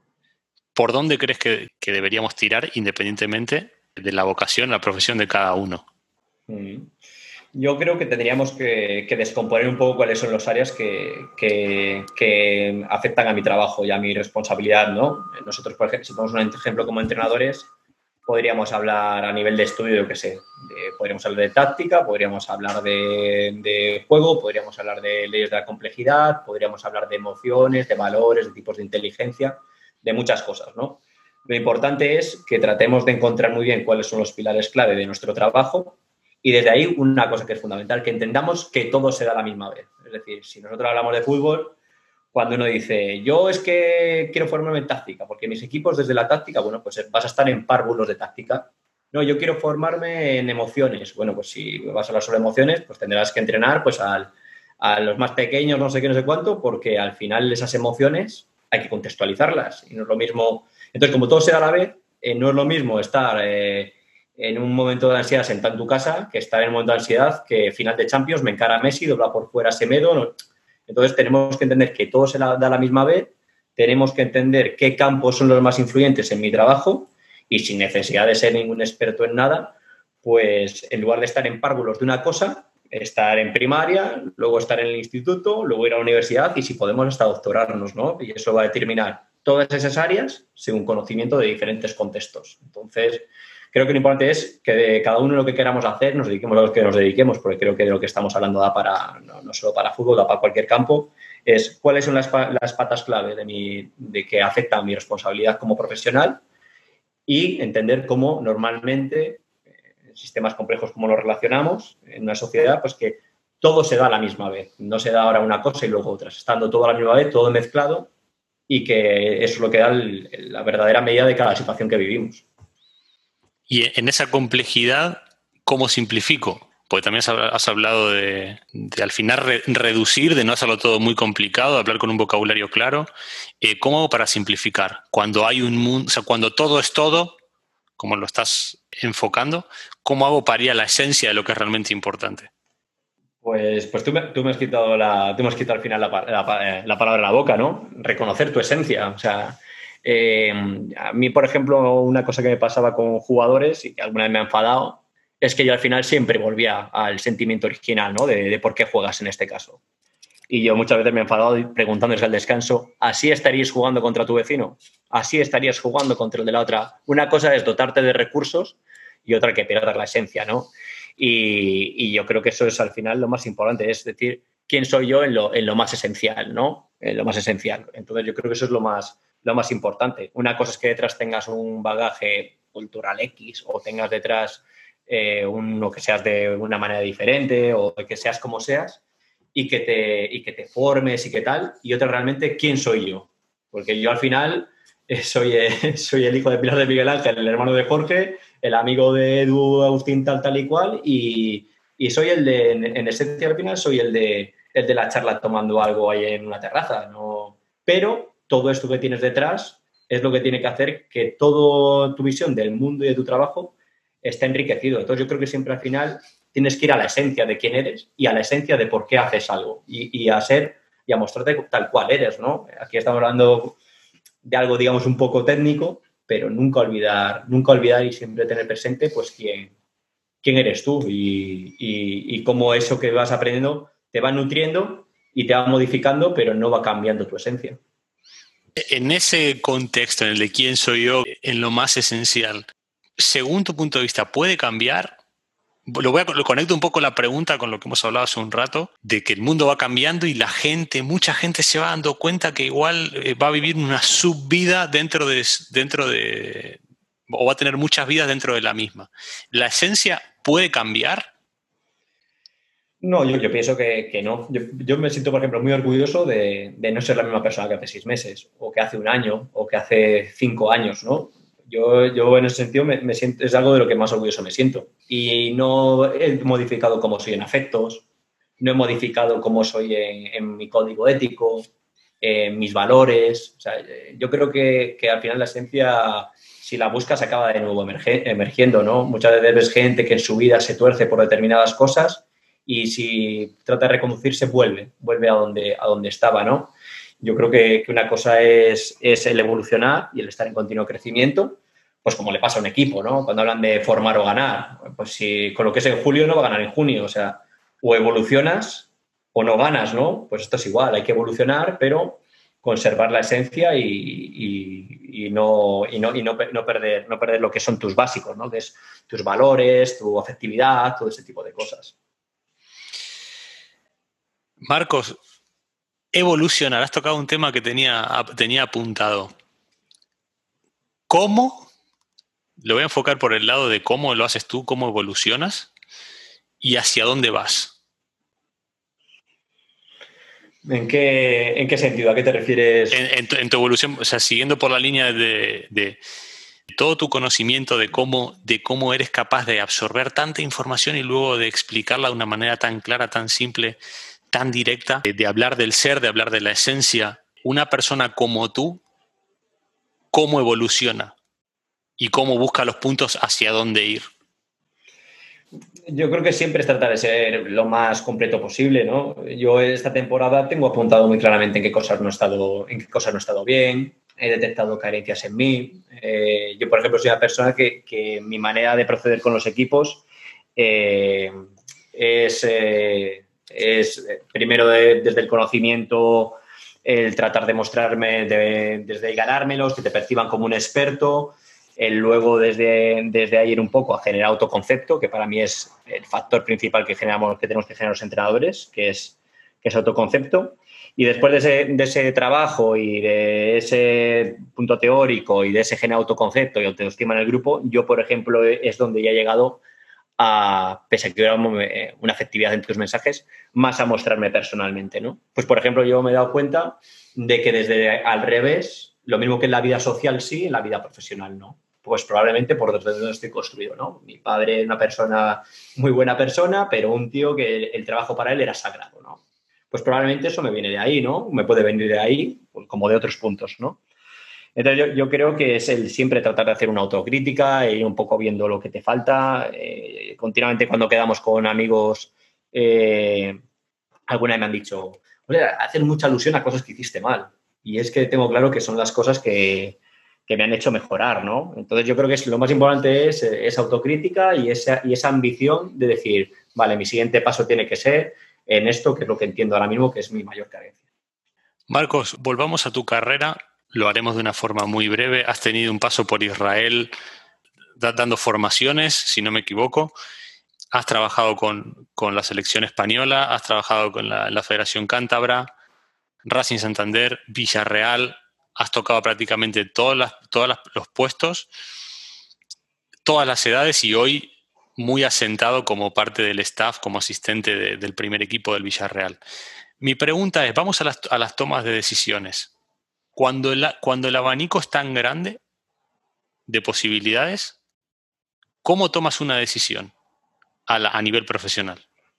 ¿por dónde crees que, que deberíamos tirar independientemente de la vocación, la profesión de cada uno? Mm. Yo creo que tendríamos que, que descomponer un poco cuáles son las áreas que, que, que afectan a mi trabajo y a mi responsabilidad, ¿no? Nosotros, por ejemplo, si ponemos un ejemplo como entrenadores, podríamos hablar a nivel de estudio, yo qué sé, de, podríamos hablar de táctica, podríamos hablar de, de juego, podríamos hablar de leyes de la complejidad, podríamos hablar de emociones, de valores, de tipos de inteligencia, de muchas cosas, ¿no? Lo importante es que tratemos de encontrar muy bien cuáles son los pilares clave de nuestro trabajo y desde ahí una cosa que es fundamental, que entendamos que todo se da a la misma vez. Es decir, si nosotros hablamos de fútbol, cuando uno dice, yo es que quiero formarme en táctica, porque mis equipos desde la táctica, bueno, pues vas a estar en párvulos de táctica. No, yo quiero formarme en emociones. Bueno, pues si vas a hablar sobre emociones, pues tendrás que entrenar pues al, a los más pequeños, no sé qué, no sé cuánto, porque al final esas emociones hay que contextualizarlas. Y no es lo mismo. Entonces, como todo se da a la vez, eh, no es lo mismo estar eh, en un momento de ansiedad sentado en tu casa que estar en un momento de ansiedad que final de Champions me encara Messi, dobla por fuera Semedo. No. Entonces, tenemos que entender que todo se da a la misma vez, tenemos que entender qué campos son los más influyentes en mi trabajo y sin necesidad de ser ningún experto en nada, pues en lugar de estar en párvulos de una cosa, estar en primaria, luego estar en el instituto, luego ir a la universidad y si podemos hasta doctorarnos, ¿no? Y eso va a determinar todas esas áreas según conocimiento de diferentes contextos. Entonces, creo que lo importante es que de cada uno lo que queramos hacer nos dediquemos a lo que nos dediquemos, porque creo que de lo que estamos hablando da para, no, no solo para fútbol, da para cualquier campo, es cuáles son las, las patas clave de, mi, de que afectan a mi responsabilidad como profesional y entender cómo normalmente en sistemas complejos como los relacionamos en una sociedad, pues que todo se da a la misma vez. No se da ahora una cosa y luego otra, estando todo a la misma vez, todo mezclado y que eso es lo que da el, la verdadera medida de cada situación que vivimos. Y en esa complejidad, ¿cómo simplifico? Porque también has hablado de, de al final re, reducir, de no hacerlo todo muy complicado, de hablar con un vocabulario claro. Eh, ¿Cómo hago para simplificar? Cuando hay un mundo, o sea, cuando todo es todo, como lo estás enfocando, ¿cómo hago para ir a la esencia de lo que es realmente importante? Pues, pues tú, me, tú, me has quitado la, tú me has quitado al final la, la, la palabra de la boca, ¿no? Reconocer tu esencia. O sea, eh, a mí, por ejemplo, una cosa que me pasaba con jugadores y que alguna vez me ha enfadado es que yo al final siempre volvía al sentimiento original, ¿no? De, de por qué juegas en este caso. Y yo muchas veces me he enfadado preguntándoles al descanso, ¿así estaríais jugando contra tu vecino? ¿Así estarías jugando contra el de la otra? Una cosa es dotarte de recursos y otra que pierdas la esencia, ¿no? Y, y yo creo que eso es al final lo más importante, es decir, quién soy yo en lo, en lo más esencial, ¿no? En lo más esencial. Entonces yo creo que eso es lo más, lo más importante. Una cosa es que detrás tengas un bagaje cultural X o tengas detrás eh, uno que seas de una manera diferente o que seas como seas y que te, y que te formes y qué tal. Y otra realmente, ¿quién soy yo? Porque yo al final eh, soy, eh, soy el hijo de Pilar de Miguel Ángel, el hermano de Jorge, el amigo de Edu, Agustín, tal, tal y cual, y, y soy el de, en, en esencia al final, soy el de, el de la charla tomando algo ahí en una terraza, ¿no? Pero todo esto que tienes detrás es lo que tiene que hacer que toda tu visión del mundo y de tu trabajo esté enriquecido. Entonces yo creo que siempre al final tienes que ir a la esencia de quién eres y a la esencia de por qué haces algo y, y a ser y a mostrarte tal cual eres, ¿no? Aquí estamos hablando de algo, digamos, un poco técnico, pero nunca olvidar, nunca olvidar y siempre tener presente, pues, quién, quién eres tú y, y, y cómo eso que vas aprendiendo te va nutriendo y te va modificando, pero no va cambiando tu esencia. En ese contexto, en el de quién soy yo, en lo más esencial, según tu punto de vista, ¿puede cambiar? lo, voy a, lo conecto un poco la pregunta con lo que hemos hablado hace un rato, de que el mundo va cambiando y la gente, mucha gente se va dando cuenta que igual eh, va a vivir una subvida dentro de, dentro de, o va a tener muchas vidas dentro de la misma. ¿La esencia puede cambiar? No, yo, yo pienso que, que no. Yo, yo me siento, por ejemplo, muy orgulloso de, de no ser la misma persona que hace seis meses, o que hace un año, o que hace cinco años, ¿no? Yo, yo en ese sentido me, me siento, es algo de lo que más orgulloso me siento. Y no he modificado cómo soy en afectos, no he modificado cómo soy en, en mi código ético, en mis valores. O sea, yo creo que, que al final la esencia, si la buscas, acaba de nuevo emerge, emergiendo, ¿no? Muchas veces ves gente que en su vida se tuerce por determinadas cosas y si trata de reconducirse, vuelve, vuelve a donde, a donde estaba, ¿no? Yo creo que, que una cosa es, es el evolucionar y el estar en continuo crecimiento, pues como le pasa a un equipo, ¿no? Cuando hablan de formar o ganar, pues si con lo que es en julio no va a ganar en junio, o sea, o evolucionas o no ganas, ¿no? Pues esto es igual, hay que evolucionar, pero conservar la esencia y, y, y, no, y, no, y no, no, perder, no perder lo que son tus básicos, ¿no? Que es tus valores, tu afectividad, todo ese tipo de cosas. Marcos, evolucionar, has tocado un tema que tenía, tenía apuntado. ¿Cómo? Lo voy a enfocar por el lado de cómo lo haces tú, cómo evolucionas y hacia dónde vas. ¿En qué, en qué sentido? ¿A qué te refieres? En, en, tu, en tu evolución, o sea, siguiendo por la línea de, de todo tu conocimiento de cómo, de cómo eres capaz de absorber tanta información y luego de explicarla de una manera tan clara, tan simple, tan directa, de, de hablar del ser, de hablar de la esencia. Una persona como tú, ¿cómo evoluciona? Y cómo busca los puntos hacia dónde ir. Yo creo que siempre es tratar de ser lo más completo posible, ¿no? Yo esta temporada tengo apuntado muy claramente en qué cosas no he estado, en qué cosas no he estado bien, he detectado carencias en mí. Eh, yo, por ejemplo, soy una persona que, que mi manera de proceder con los equipos eh, es, eh, es primero de, desde el conocimiento, el tratar de mostrarme, de, desde ganármelos, que te perciban como un experto. El luego desde, desde ahí ir un poco a generar autoconcepto, que para mí es el factor principal que, generamos, que tenemos que generar los entrenadores, que es, que es autoconcepto. Y después de ese, de ese trabajo y de ese punto teórico y de ese generar autoconcepto y autoestima en el grupo, yo, por ejemplo, es donde ya he llegado a, pese a que hubiera una afectividad en tus mensajes, más a mostrarme personalmente, ¿no? Pues, por ejemplo, yo me he dado cuenta de que desde al revés, lo mismo que en la vida social sí, en la vida profesional no. Pues probablemente por desde donde estoy construido, ¿no? Mi padre es una persona, muy buena persona, pero un tío que el trabajo para él era sagrado, ¿no? Pues probablemente eso me viene de ahí, ¿no? Me puede venir de ahí, como de otros puntos, ¿no? Entonces yo, yo creo que es el siempre tratar de hacer una autocrítica e ir un poco viendo lo que te falta. Eh, continuamente cuando quedamos con amigos, eh, alguna vez me han dicho, oye, hacen mucha alusión a cosas que hiciste mal. Y es que tengo claro que son las cosas que, que me han hecho mejorar, ¿no? Entonces yo creo que es, lo más importante es esa autocrítica y esa, y esa ambición de decir, vale, mi siguiente paso tiene que ser en esto, que es lo que entiendo ahora mismo que es mi mayor carencia. Marcos, volvamos a tu carrera. Lo haremos de una forma muy breve. Has tenido un paso por Israel dando formaciones, si no me equivoco. Has trabajado con, con la selección española, has trabajado con la, la Federación Cántabra, Racing Santander, Villarreal. Has tocado prácticamente todos las, todas las, los puestos, todas las edades y hoy muy asentado como parte del staff, como asistente de, del primer equipo del Villarreal. Mi pregunta es, vamos a las, a las tomas de decisiones. Cuando, la, cuando el abanico es tan grande de posibilidades, ¿cómo tomas una decisión a, la, a nivel profesional?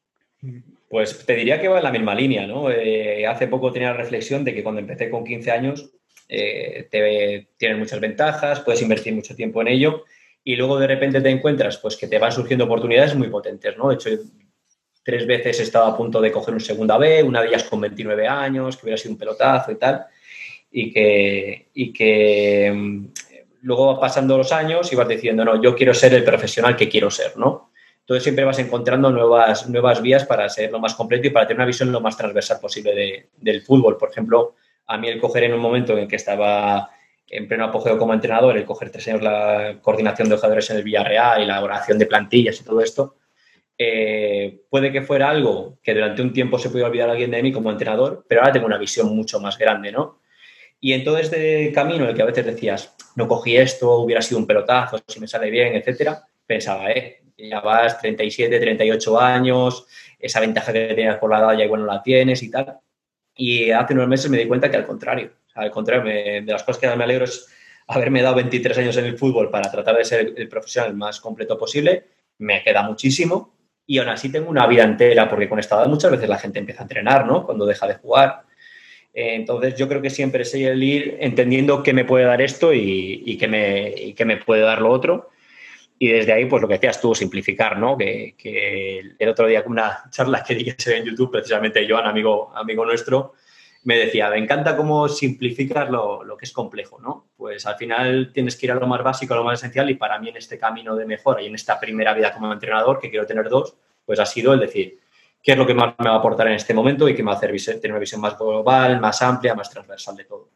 Pues te diría que va en la misma línea, ¿no? Eh, hace poco tenía la reflexión de que cuando empecé con quince años eh, te, tienes muchas ventajas, puedes invertir mucho tiempo en ello y luego de repente te encuentras pues que te van surgiendo oportunidades muy potentes, ¿no? De hecho, tres veces he estado a punto de coger un segunda B, una de ellas con veintinueve años, que hubiera sido un pelotazo y tal, y que, y que luego pasando los años ibas diciendo, no, yo quiero ser el profesional que quiero ser, ¿no? Entonces siempre vas encontrando nuevas, nuevas vías para ser lo más completo y para tener una visión lo más transversal posible de, del fútbol. Por ejemplo, a mí el coger en un momento en el que estaba en pleno apogeo como entrenador, el coger tres años la coordinación de jugadores en el Villarreal y la elaboración de plantillas y todo esto, eh, puede que fuera algo que durante un tiempo se pudiera olvidar alguien de mí como entrenador, pero ahora tengo una visión mucho más grande, ¿no? Y en todo este camino en el que a veces decías, no cogí esto, hubiera sido un pelotazo, si me sale bien, etcétera, pensaba, eh, ya vas treinta y siete, treinta y ocho años, esa ventaja que tenías por la edad ya igual no la tienes y tal. Y hace unos meses me di cuenta que al contrario, o sea, al contrario, me, de las cosas que más me alegro es haberme dado veintitrés años en el fútbol para tratar de ser el profesional más completo posible, me queda muchísimo y aún así tengo una vida entera, porque con esta edad muchas veces la gente empieza a entrenar, ¿no? Cuando deja de jugar. Eh, entonces yo creo que siempre es el ir entendiendo qué me puede dar esto y, y, qué me, y qué me puede dar lo otro. Y desde ahí, pues lo que decías tú, simplificar, ¿no? Que, que el otro día con una charla que di que se ve en YouTube, precisamente Joan, amigo, amigo nuestro, me decía, me encanta cómo simplificas lo, lo que es complejo, ¿no? Pues al final tienes que ir a lo más básico, a lo más esencial, y para mí en este camino de mejora y en esta primera vida como entrenador, que quiero tener dos, pues ha sido el decir, ¿qué es lo que más me va a aportar en este momento y qué me va a hacer tener una visión más global, más amplia, más transversal de todo?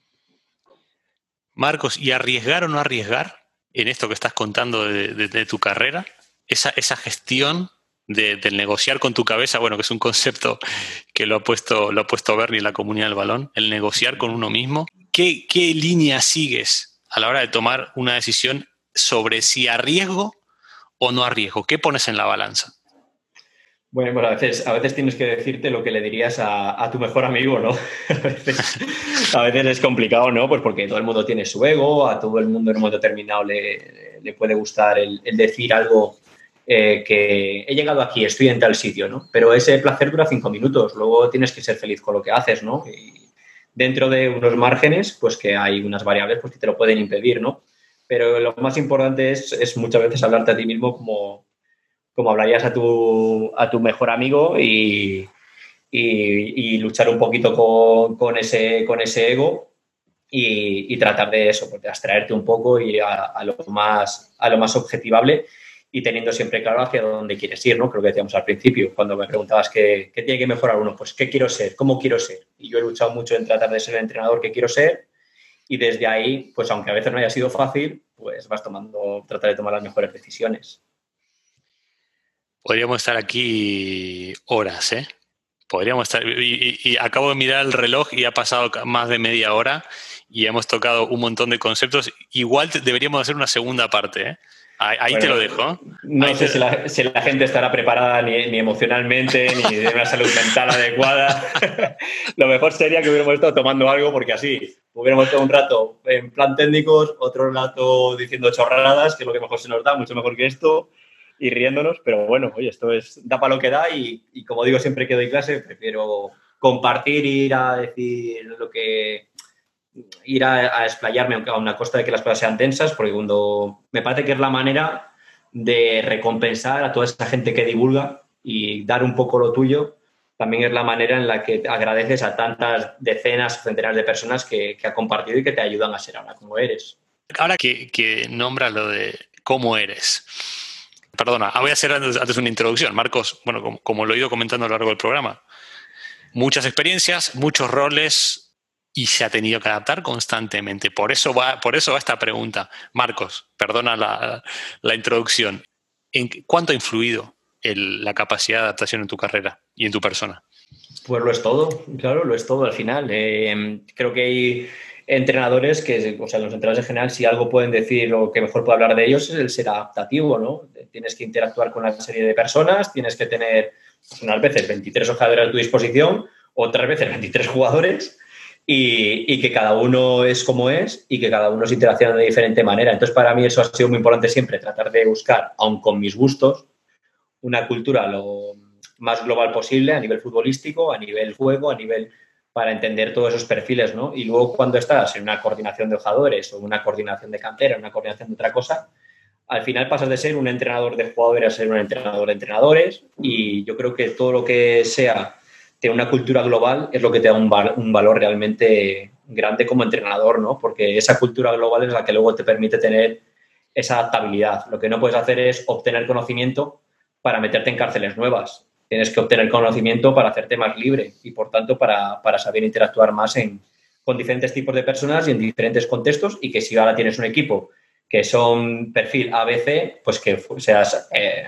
Marcos, ¿y arriesgar o no arriesgar en esto que estás contando de, de, de tu carrera? Esa, esa gestión de, del negociar con tu cabeza, bueno, que es un concepto que lo ha puesto, lo ha puesto Bernie en la comunidad del balón, el negociar con uno mismo. ¿Qué, qué línea sigues a la hora de tomar una decisión sobre si arriesgo o no arriesgo? ¿Qué pones en la balanza? Bueno, pues a veces, a veces tienes que decirte lo que le dirías a, a tu mejor amigo, ¿no? A veces, a veces es complicado, ¿no? Pues porque todo el mundo tiene su ego, a todo el mundo en un momento determinado le, le puede gustar el, el decir algo eh, que he llegado aquí, estoy en tal sitio, ¿no? Pero ese placer dura cinco minutos, luego tienes que ser feliz con lo que haces, ¿no? Y dentro de unos márgenes, pues que hay unas variables pues, que te lo pueden impedir, ¿no? Pero lo más importante es, es muchas veces hablarte a ti mismo como como hablarías a tu, a tu mejor amigo y, y, y luchar un poquito con, con, ese, con ese ego y, y tratar de eso, pues de abstraerte un poco y a, a, lo más, a lo más objetivable y teniendo siempre claro hacia dónde quieres ir, ¿no? Creo que decíamos al principio, cuando me preguntabas qué, qué tiene que mejorar uno, pues qué quiero ser, cómo quiero ser. Y yo he luchado mucho en tratar de ser el entrenador que quiero ser y desde ahí, pues aunque a veces no haya sido fácil, pues vas tomando, tratar de tomar las mejores decisiones. Podríamos estar aquí horas, ¿eh? Podríamos estar... Y, y, y acabo de mirar el reloj y ha pasado más de media hora y hemos tocado un montón de conceptos. Igual te, deberíamos hacer una segunda parte, ¿eh? Ahí, ahí bueno, te lo dejo. No ahí sé te... si, la, si la gente estará preparada ni, ni emocionalmente, ni de una salud mental adecuada. Lo mejor sería que hubiéramos estado tomando algo, porque así hubiéramos estado un rato en plan técnicos, otro rato diciendo chorradas, que es lo que mejor se nos da, mucho mejor que esto, y riéndonos. Pero bueno, oye, esto es da para lo que da y, y como digo siempre que doy clase, prefiero compartir e ir a decir lo que... ir a, a explayarme, aunque a una costa de que las cosas sean tensas, porque cuando me parece que es la manera de recompensar a toda esa gente que divulga y dar un poco lo tuyo, también es la manera en la que agradeces a tantas decenas o centenares de personas que, que ha compartido y que te ayudan a ser ahora como eres. Ahora que, que nombras lo de cómo eres, perdona, voy a hacer antes, antes una introducción. Marcos, bueno, como, como lo he ido comentando a lo largo del programa, muchas experiencias, muchos roles y se ha tenido que adaptar constantemente. Por eso va, por eso va esta pregunta. Marcos, perdona la, la introducción. ¿En cuánto ha influido el, la capacidad de adaptación en tu carrera y en tu persona? Pues lo es todo, claro, lo es todo al final. Eh, creo que hay entrenadores que, o sea, los entrenadores en general, si algo pueden decir o que mejor puede hablar de ellos es el ser adaptativo, ¿no? Tienes que interactuar con una serie de personas, tienes que tener pues, unas veces veintitrés jugadores a tu disposición, otras veces veintitrés jugadores y, y que cada uno es como es y que cada uno se interacciona de diferente manera. Entonces, para mí eso ha sido muy importante siempre, tratar de buscar, aun con mis gustos, una cultura lo más global posible a nivel futbolístico, a nivel juego, a nivel para entender todos esos perfiles, ¿no? Y luego cuando estás en una coordinación de jugadores o una coordinación de cantera, una coordinación de otra cosa, al final pasas de ser un entrenador de jugadores a ser un entrenador de entrenadores y yo creo que todo lo que sea de una cultura global es lo que te da un, val- un valor realmente grande como entrenador, ¿no? Porque esa cultura global es la que luego te permite tener esa adaptabilidad. Lo que no puedes hacer es obtener conocimiento para meterte en cárceles nuevas. Tienes que obtener conocimiento para hacerte más libre y, por tanto, para, para saber interactuar más en, con diferentes tipos de personas y en diferentes contextos y que si ahora tienes un equipo que son perfil A B C, pues que seas eh,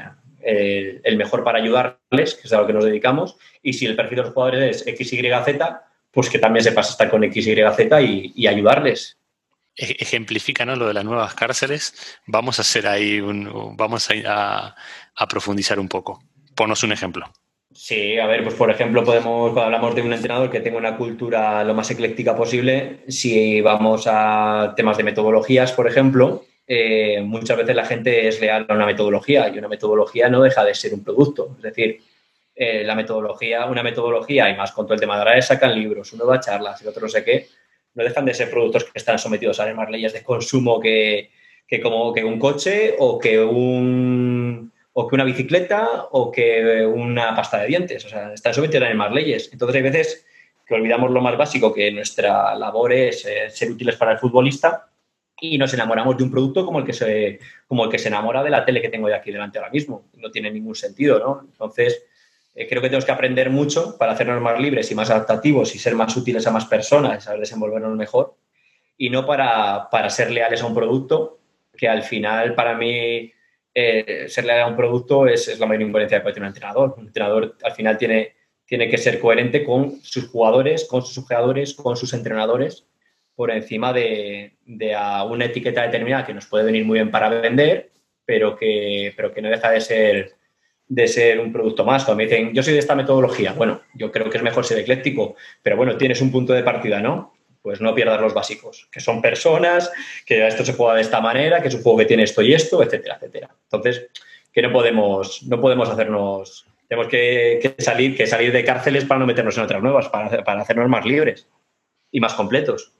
el, el mejor para ayudarles, que es a lo que nos dedicamos, y si el perfil de los jugadores es X Y Z, pues que también se pasa a estar con X Y Z y, y ayudarles. Ejemplifica, ¿no?, lo de las nuevas cárceles. Vamos a hacer ahí un, vamos a, a, a profundizar un poco. Ponos un ejemplo. Sí, a ver, pues por ejemplo, podemos, cuando hablamos de un entrenador que tenga una cultura lo más ecléctica posible, si vamos a temas de metodologías, por ejemplo, eh, muchas veces la gente es leal a una metodología y una metodología no deja de ser un producto. Es decir, eh, la metodología, una metodología, y más con todo el tema de ahora, sacan libros, uno da charlas, el otro no sé qué, no dejan de ser productos que están sometidos a las mismas leyes de consumo que, que, como, que un coche o que un... o que una bicicleta o que una pasta de dientes. O sea, están sometidos a las mismas leyes. Entonces, hay veces que olvidamos lo más básico, que nuestra labor es eh, ser útiles para el futbolista, y nos enamoramos de un producto como el que se, como el que se enamora de la tele que tengo de aquí delante ahora mismo. No tiene ningún sentido, ¿no? Entonces, eh, creo que tenemos que aprender mucho para hacernos más libres y más adaptativos y ser más útiles a más personas, saber desenvolvernos mejor, y no para, para ser leales a un producto que al final, para mí, Eh, ser leal a un producto es, es la mayor incoherencia que puede tener un entrenador. Un entrenador al final tiene, tiene que ser coherente con sus jugadores, con sus jugadores, con sus entrenadores, por encima de, de a una etiqueta determinada que nos puede venir muy bien para vender, pero que, pero que no deja de ser, de ser un producto más. Cuando me dicen, yo soy de esta metodología, bueno, yo creo que es mejor ser ecléctico, pero bueno, tienes un punto de partida, ¿no? Pues no pierdas los básicos, que son personas, que esto se juega de esta manera, que es un juego que tiene esto y esto, etcétera, etcétera. Entonces, que no podemos, no podemos hacernos, tenemos que, que salir, que salir de cárceles para no meternos en otras nuevas, para, para hacernos más libres y más completos.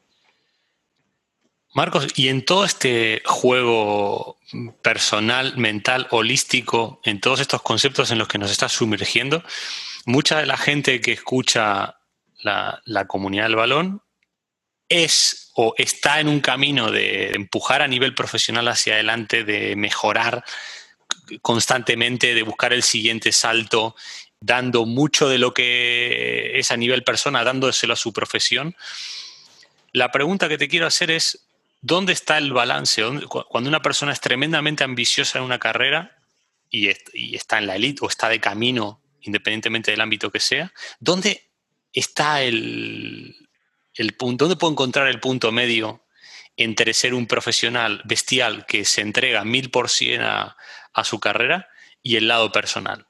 Marcos, y en todo este juego personal, mental, holístico, en todos estos conceptos en los que nos estás sumergiendo, mucha de la gente que escucha la, la comunidad del balón es o está en un camino de empujar a nivel profesional hacia adelante, de mejorar constantemente, de buscar el siguiente salto, dando mucho de lo que es a nivel persona, dándoselo a su profesión. La pregunta que te quiero hacer es, ¿dónde está el balance? Cuando una persona es tremendamente ambiciosa en una carrera y, y está en la élite o está de camino, independientemente del ámbito que sea, ¿dónde está el... El punto, ¿dónde puedo encontrar el punto medio entre ser un profesional bestial que se entrega mil por cien a, a su carrera y el lado personal?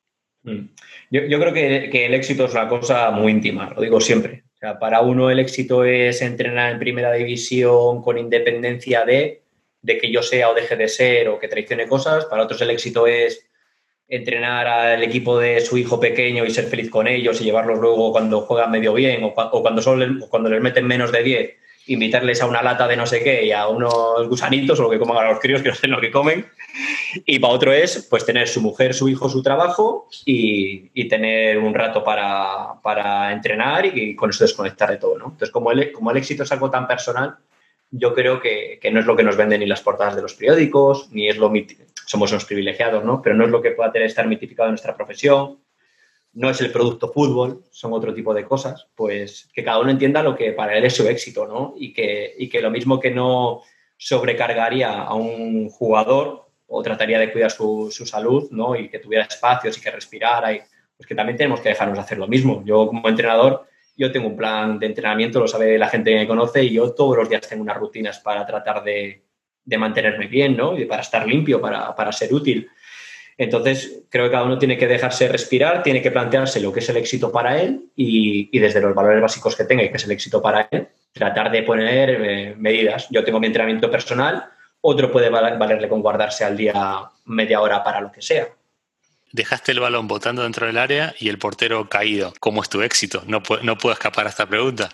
Yo, yo creo que, que el éxito es una cosa muy íntima, lo digo siempre. O sea, para uno el éxito es entrenar en primera división con independencia de, de que yo sea o deje de ser o que traicione cosas. Para otros el éxito es entrenar al equipo de su hijo pequeño y ser feliz con ellos y llevarlos luego cuando juegan medio bien o, o cuando, solo les, o cuando les meten menos de diez, invitarles a una lata de no sé qué y a unos gusanitos o lo que coman a los críos, que no sé lo que comen. Y para otro es pues tener su mujer, su hijo, su trabajo y, y tener un rato para, para entrenar y, y con eso desconectar de todo, ¿no? Entonces, como el, como el éxito es algo tan personal, yo creo que, que no es lo que nos venden ni las portadas de los periódicos, ni es lo... Somos unos privilegiados, ¿no? Pero no es lo que pueda tener, estar mitificado en nuestra profesión, no es el producto fútbol, son otro tipo de cosas. Pues que cada uno entienda lo que para él es su éxito, ¿no? Y que, y que lo mismo que no sobrecargaría a un jugador o trataría de cuidar su, su salud, ¿no? Y que tuviera espacios y que respirara, y, pues que también tenemos que dejarnos hacer lo mismo. Yo, como entrenador, yo tengo un plan de entrenamiento, lo sabe la gente que me conoce, y yo todos los días tengo unas rutinas para tratar de, de mantenerme bien, ¿no? Y para estar limpio, para, para ser útil. Entonces, creo que cada uno tiene que dejarse respirar, tiene que plantearse lo que es el éxito para él y, y desde los valores básicos que tenga y que es el éxito para él, tratar de poner eh, medidas. Yo tengo mi entrenamiento personal, otro puede valerle con guardarse al día media hora para lo que sea. Dejaste el balón botando dentro del área y el portero caído. ¿Cómo es tu éxito? No, no puedo escapar a esta pregunta.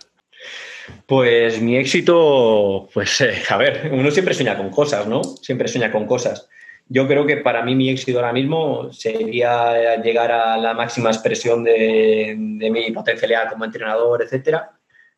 Pues mi éxito, pues eh, a ver, uno siempre sueña con cosas, ¿no? Siempre sueña con cosas. Yo creo que para mí mi éxito ahora mismo sería llegar a la máxima expresión de, de mi potencialidad como entrenador, etcétera,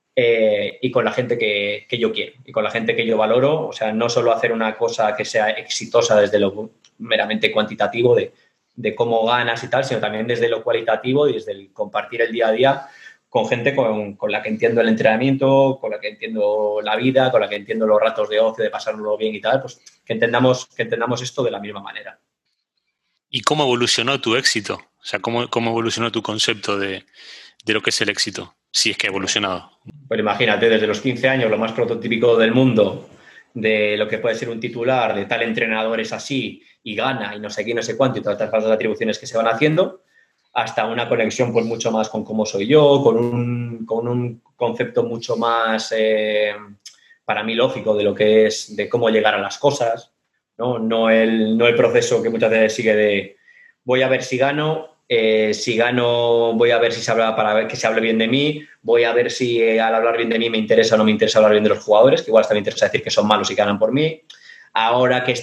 eh, y con la gente que, que yo quiero y con la gente que yo valoro. O sea, no solo hacer una cosa que sea exitosa desde lo meramente cuantitativo de, de cómo ganas y tal, sino también desde lo cualitativo y desde el compartir el día a día con gente con, con la que entiendo el entrenamiento, con la que entiendo la vida, con la que entiendo los ratos de ocio, de pasárnoslo bien y tal, pues que entendamos, que entendamos esto de la misma manera. ¿Y cómo evolucionó tu éxito? O sea, ¿cómo, cómo evolucionó tu concepto de, de lo que es el éxito? Si es que ha evolucionado. Pues imagínate, desde los quince años, lo más prototípico del mundo, de lo que puede ser un titular, de tal entrenador es así y gana y no sé qué, no sé cuánto y todas estas falsas atribuciones que se van haciendo, hasta una conexión pues mucho más con cómo soy yo, con un, con un concepto mucho más, eh, para mí, lógico de lo que es, de cómo llegar a las cosas, ¿no? No el, no el proceso que muchas veces sigue de voy a ver si gano, eh, si gano voy a ver si se habla para ver que se hable bien de mí, voy a ver si eh, al hablar bien de mí me interesa o no me interesa hablar bien de los jugadores, que igual hasta me interesa decir que son malos y ganan por mí. Ahora que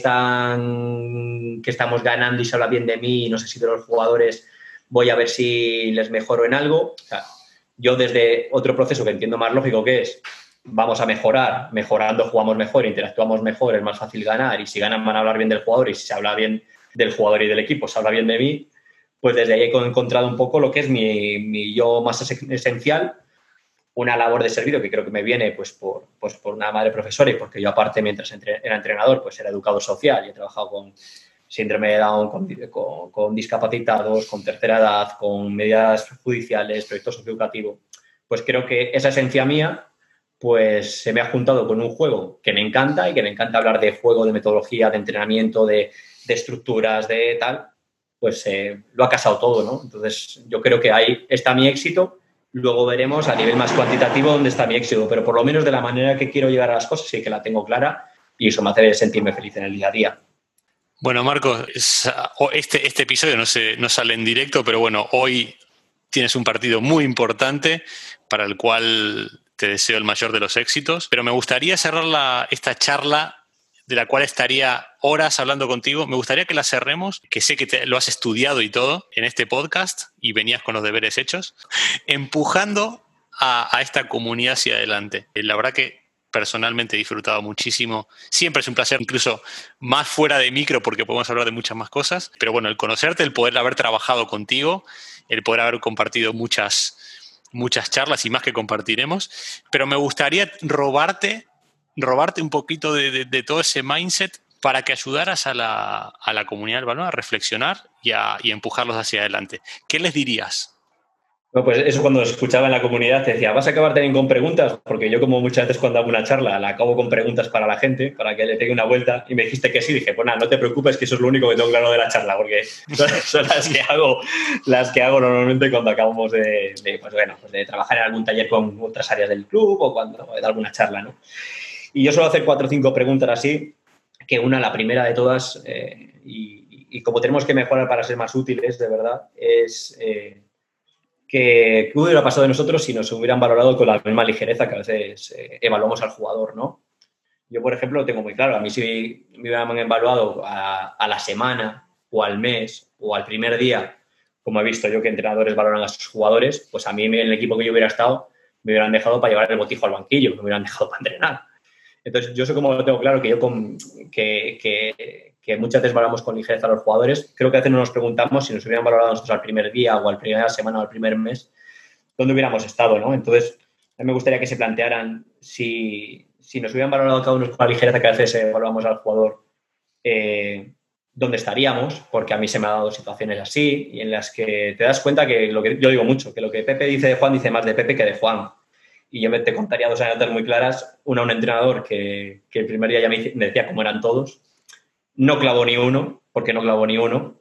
están que estamos ganando y se habla bien de mí y no sé si de los jugadores, voy a ver si les mejoro en algo. O sea, yo desde otro proceso que entiendo más lógico, que es vamos a mejorar, mejorando jugamos mejor, interactuamos mejor, es más fácil ganar y si ganan van a hablar bien del jugador y si se habla bien del jugador y del equipo, se habla bien de mí, pues desde ahí he encontrado un poco lo que es mi, mi yo más esencial, una labor de servicio que creo que me viene pues por, pues por una madre profesora y porque yo aparte mientras entre, era entrenador pues era educador social y he trabajado con síndrome de Down, con, con, con discapacitados, con tercera edad, con medidas judiciales, proyectos socioeducativos. Pues creo que esa esencia mía pues se me ha juntado con un juego que me encanta y que me encanta hablar de juego, de metodología, de entrenamiento, de, de estructuras, de tal, pues eh, lo ha casado todo, ¿no? Entonces yo creo que ahí está mi éxito. Luego veremos a nivel más cuantitativo dónde está mi éxito, pero por lo menos de la manera que quiero llegar a las cosas sí que la tengo clara y eso me hace sentirme feliz en el día a día. Bueno, Marcos, este, este episodio no, se, no sale en directo, pero bueno, hoy tienes un partido muy importante para el cual te deseo el mayor de los éxitos, pero me gustaría cerrar la, esta charla de la cual estaría horas hablando contigo. Me gustaría que la cerremos, que sé que te, lo has estudiado y todo en este podcast y venías con los deberes hechos, empujando a, a esta comunidad hacia adelante. La verdad que personalmente he disfrutado muchísimo. Siempre es un placer, incluso más fuera de micro, porque podemos hablar de muchas más cosas. Pero bueno, el conocerte, el poder haber trabajado contigo, el poder haber compartido muchas, muchas charlas y más que compartiremos. Pero me gustaría robarte, robarte un poquito de, de, de todo ese mindset para que ayudaras a la, a la comunidad del balón a reflexionar y a, y a empujarlos hacia adelante. ¿Qué les dirías? Bueno, pues eso cuando escuchaba en la comunidad te decía, ¿vas a acabar también con preguntas? Porque yo como muchas veces cuando hago una charla la acabo con preguntas para la gente, para que le pegue una vuelta y me dijiste que sí. Dije, pues nada, no te preocupes que eso es lo único que tengo claro de la charla porque son, son las que hago las que hago normalmente cuando acabamos de, de, pues bueno, pues de trabajar en algún taller con otras áreas del club o cuando de alguna charla, ¿no? Y yo suelo hacer cuatro o cinco preguntas así, que una, la primera de todas, eh, y, y como tenemos que mejorar para ser más útiles, de verdad, es... Eh, que qué hubiera pasado de nosotros si nos hubieran valorado con la misma ligereza que a veces eh, evaluamos al jugador, ¿no? Yo, por ejemplo, lo tengo muy claro. A mí si me hubieran evaluado a, a la semana o al mes o al primer día, como he visto yo que entrenadores valoran a sus jugadores, pues a mí en el equipo que yo hubiera estado me hubieran dejado para llevar el botijo al banquillo, me hubieran dejado para entrenar. Entonces, yo sé como lo tengo claro que yo con, que, que, que muchas veces valoramos con ligereza a los jugadores. Creo que a veces no nos preguntamos si nos hubieran valorado nosotros al primer día o al primera semana o al primer mes, dónde hubiéramos estado, ¿no? Entonces, a mí me gustaría que se plantearan si, si nos hubieran valorado cada uno con la ligereza que a veces evaluamos al jugador, eh, dónde estaríamos, porque a mí se me han dado situaciones así y en las que te das cuenta que lo que yo digo mucho, que lo que Pepe dice de Juan dice más de Pepe que de Juan. Y yo te contaría dos anécdotas muy claras. Una, un entrenador que, que el primer día ya me decía cómo eran todos. No clavó ni uno, porque no clavó ni uno.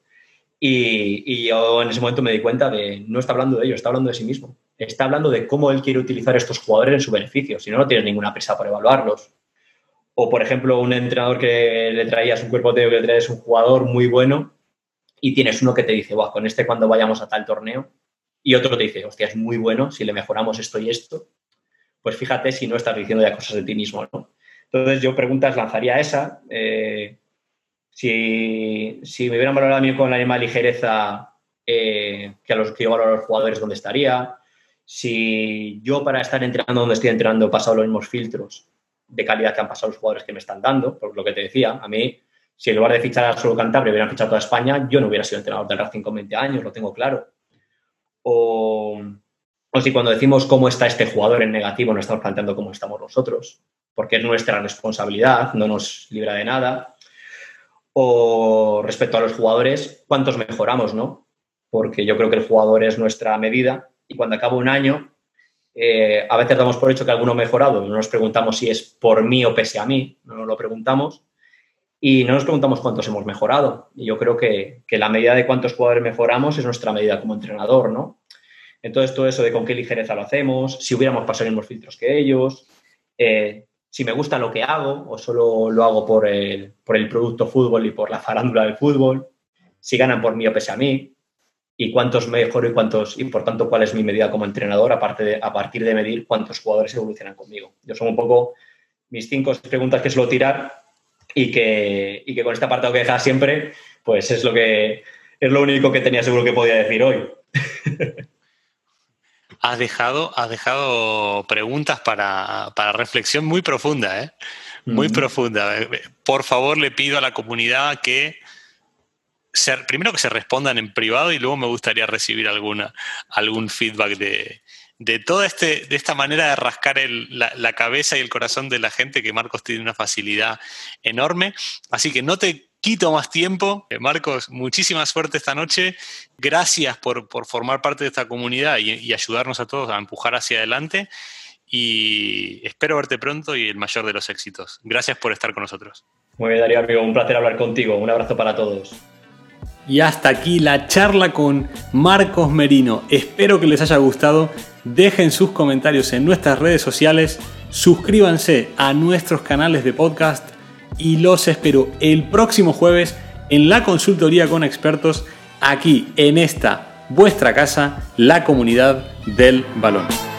Y, y yo en ese momento me di cuenta de no está hablando de ellos, está hablando de sí mismo. Está hablando de cómo él quiere utilizar a estos jugadores en su beneficio. Si no, no tienes ninguna prisa por evaluarlos. O, por ejemplo, un entrenador que le traías un cuerpo técnico, que le traes un jugador muy bueno y tienes uno que te dice, Buah, con este cuando vayamos a tal torneo. Y otro te dice, hostia, es muy bueno, si le mejoramos esto y esto, pues fíjate si no estás diciendo ya cosas de ti mismo, ¿no? Entonces yo preguntas lanzaría esa. Eh, si, si me hubieran valorado a mí con la misma ligereza eh, que a los que yo valoro a los jugadores, ¿dónde estaría? Si yo para estar entrenando donde estoy entrenando he pasado los mismos filtros de calidad que han pasado los jugadores que me están dando, por lo que te decía, a mí, si en lugar de fichar a solo Cantabria hubieran fichado a toda España, yo no hubiera sido entrenador del Racing con veinte años, lo tengo claro. O... O si cuando decimos cómo está este jugador en negativo, no estamos planteando cómo estamos nosotros, porque es nuestra responsabilidad, no nos libra de nada. O respecto a los jugadores, ¿cuántos mejoramos, no? Porque yo creo que el jugador es nuestra medida y cuando acaba un año, eh, a veces damos por hecho que alguno ha mejorado. No nos preguntamos si es por mí o pese a mí, no nos lo preguntamos. Y no nos preguntamos cuántos hemos mejorado. Y yo creo que, que la medida de cuántos jugadores mejoramos es nuestra medida como entrenador, ¿no? Entonces, todo eso de con qué ligereza lo hacemos, si hubiéramos pasado los mismos filtros que ellos, eh, si me gusta lo que hago o solo lo hago por el, por el producto fútbol y por la farándula del fútbol, si ganan por mí o pese a mí, y cuántos mejoro y cuántos, y por tanto, cuál es mi medida como entrenador, aparte de, a partir de medir cuántos jugadores evolucionan conmigo. Yo son un poco mis cinco preguntas que suelo tirar y que, y que con este apartado que deja siempre, pues es lo que es lo único que tenía seguro que podía decir hoy. Has dejado, has dejado preguntas para, para reflexión muy profunda, ¿eh? Muy mm. profunda. Por favor, le pido a la comunidad que se, primero que se respondan en privado y luego me gustaría recibir alguna, algún feedback de, de toda este, de esta manera de rascar el, la, la cabeza y el corazón de la gente, que Marcos tiene una facilidad enorme. Así que no te quito más tiempo. Marcos, muchísima suerte esta noche. Gracias por, por formar parte de esta comunidad y, y ayudarnos a todos a empujar hacia adelante. Y espero verte pronto y el mayor de los éxitos. Gracias por estar con nosotros. Muy bien, Darío, amigo. Un placer hablar contigo. Un abrazo para todos. Y hasta aquí la charla con Marcos Merino. Espero que les haya gustado. Dejen sus comentarios en nuestras redes sociales. Suscríbanse a nuestros canales de podcast. Y los espero el próximo jueves en la consultoría con expertos, aquí en esta vuestra casa, la comunidad del balón.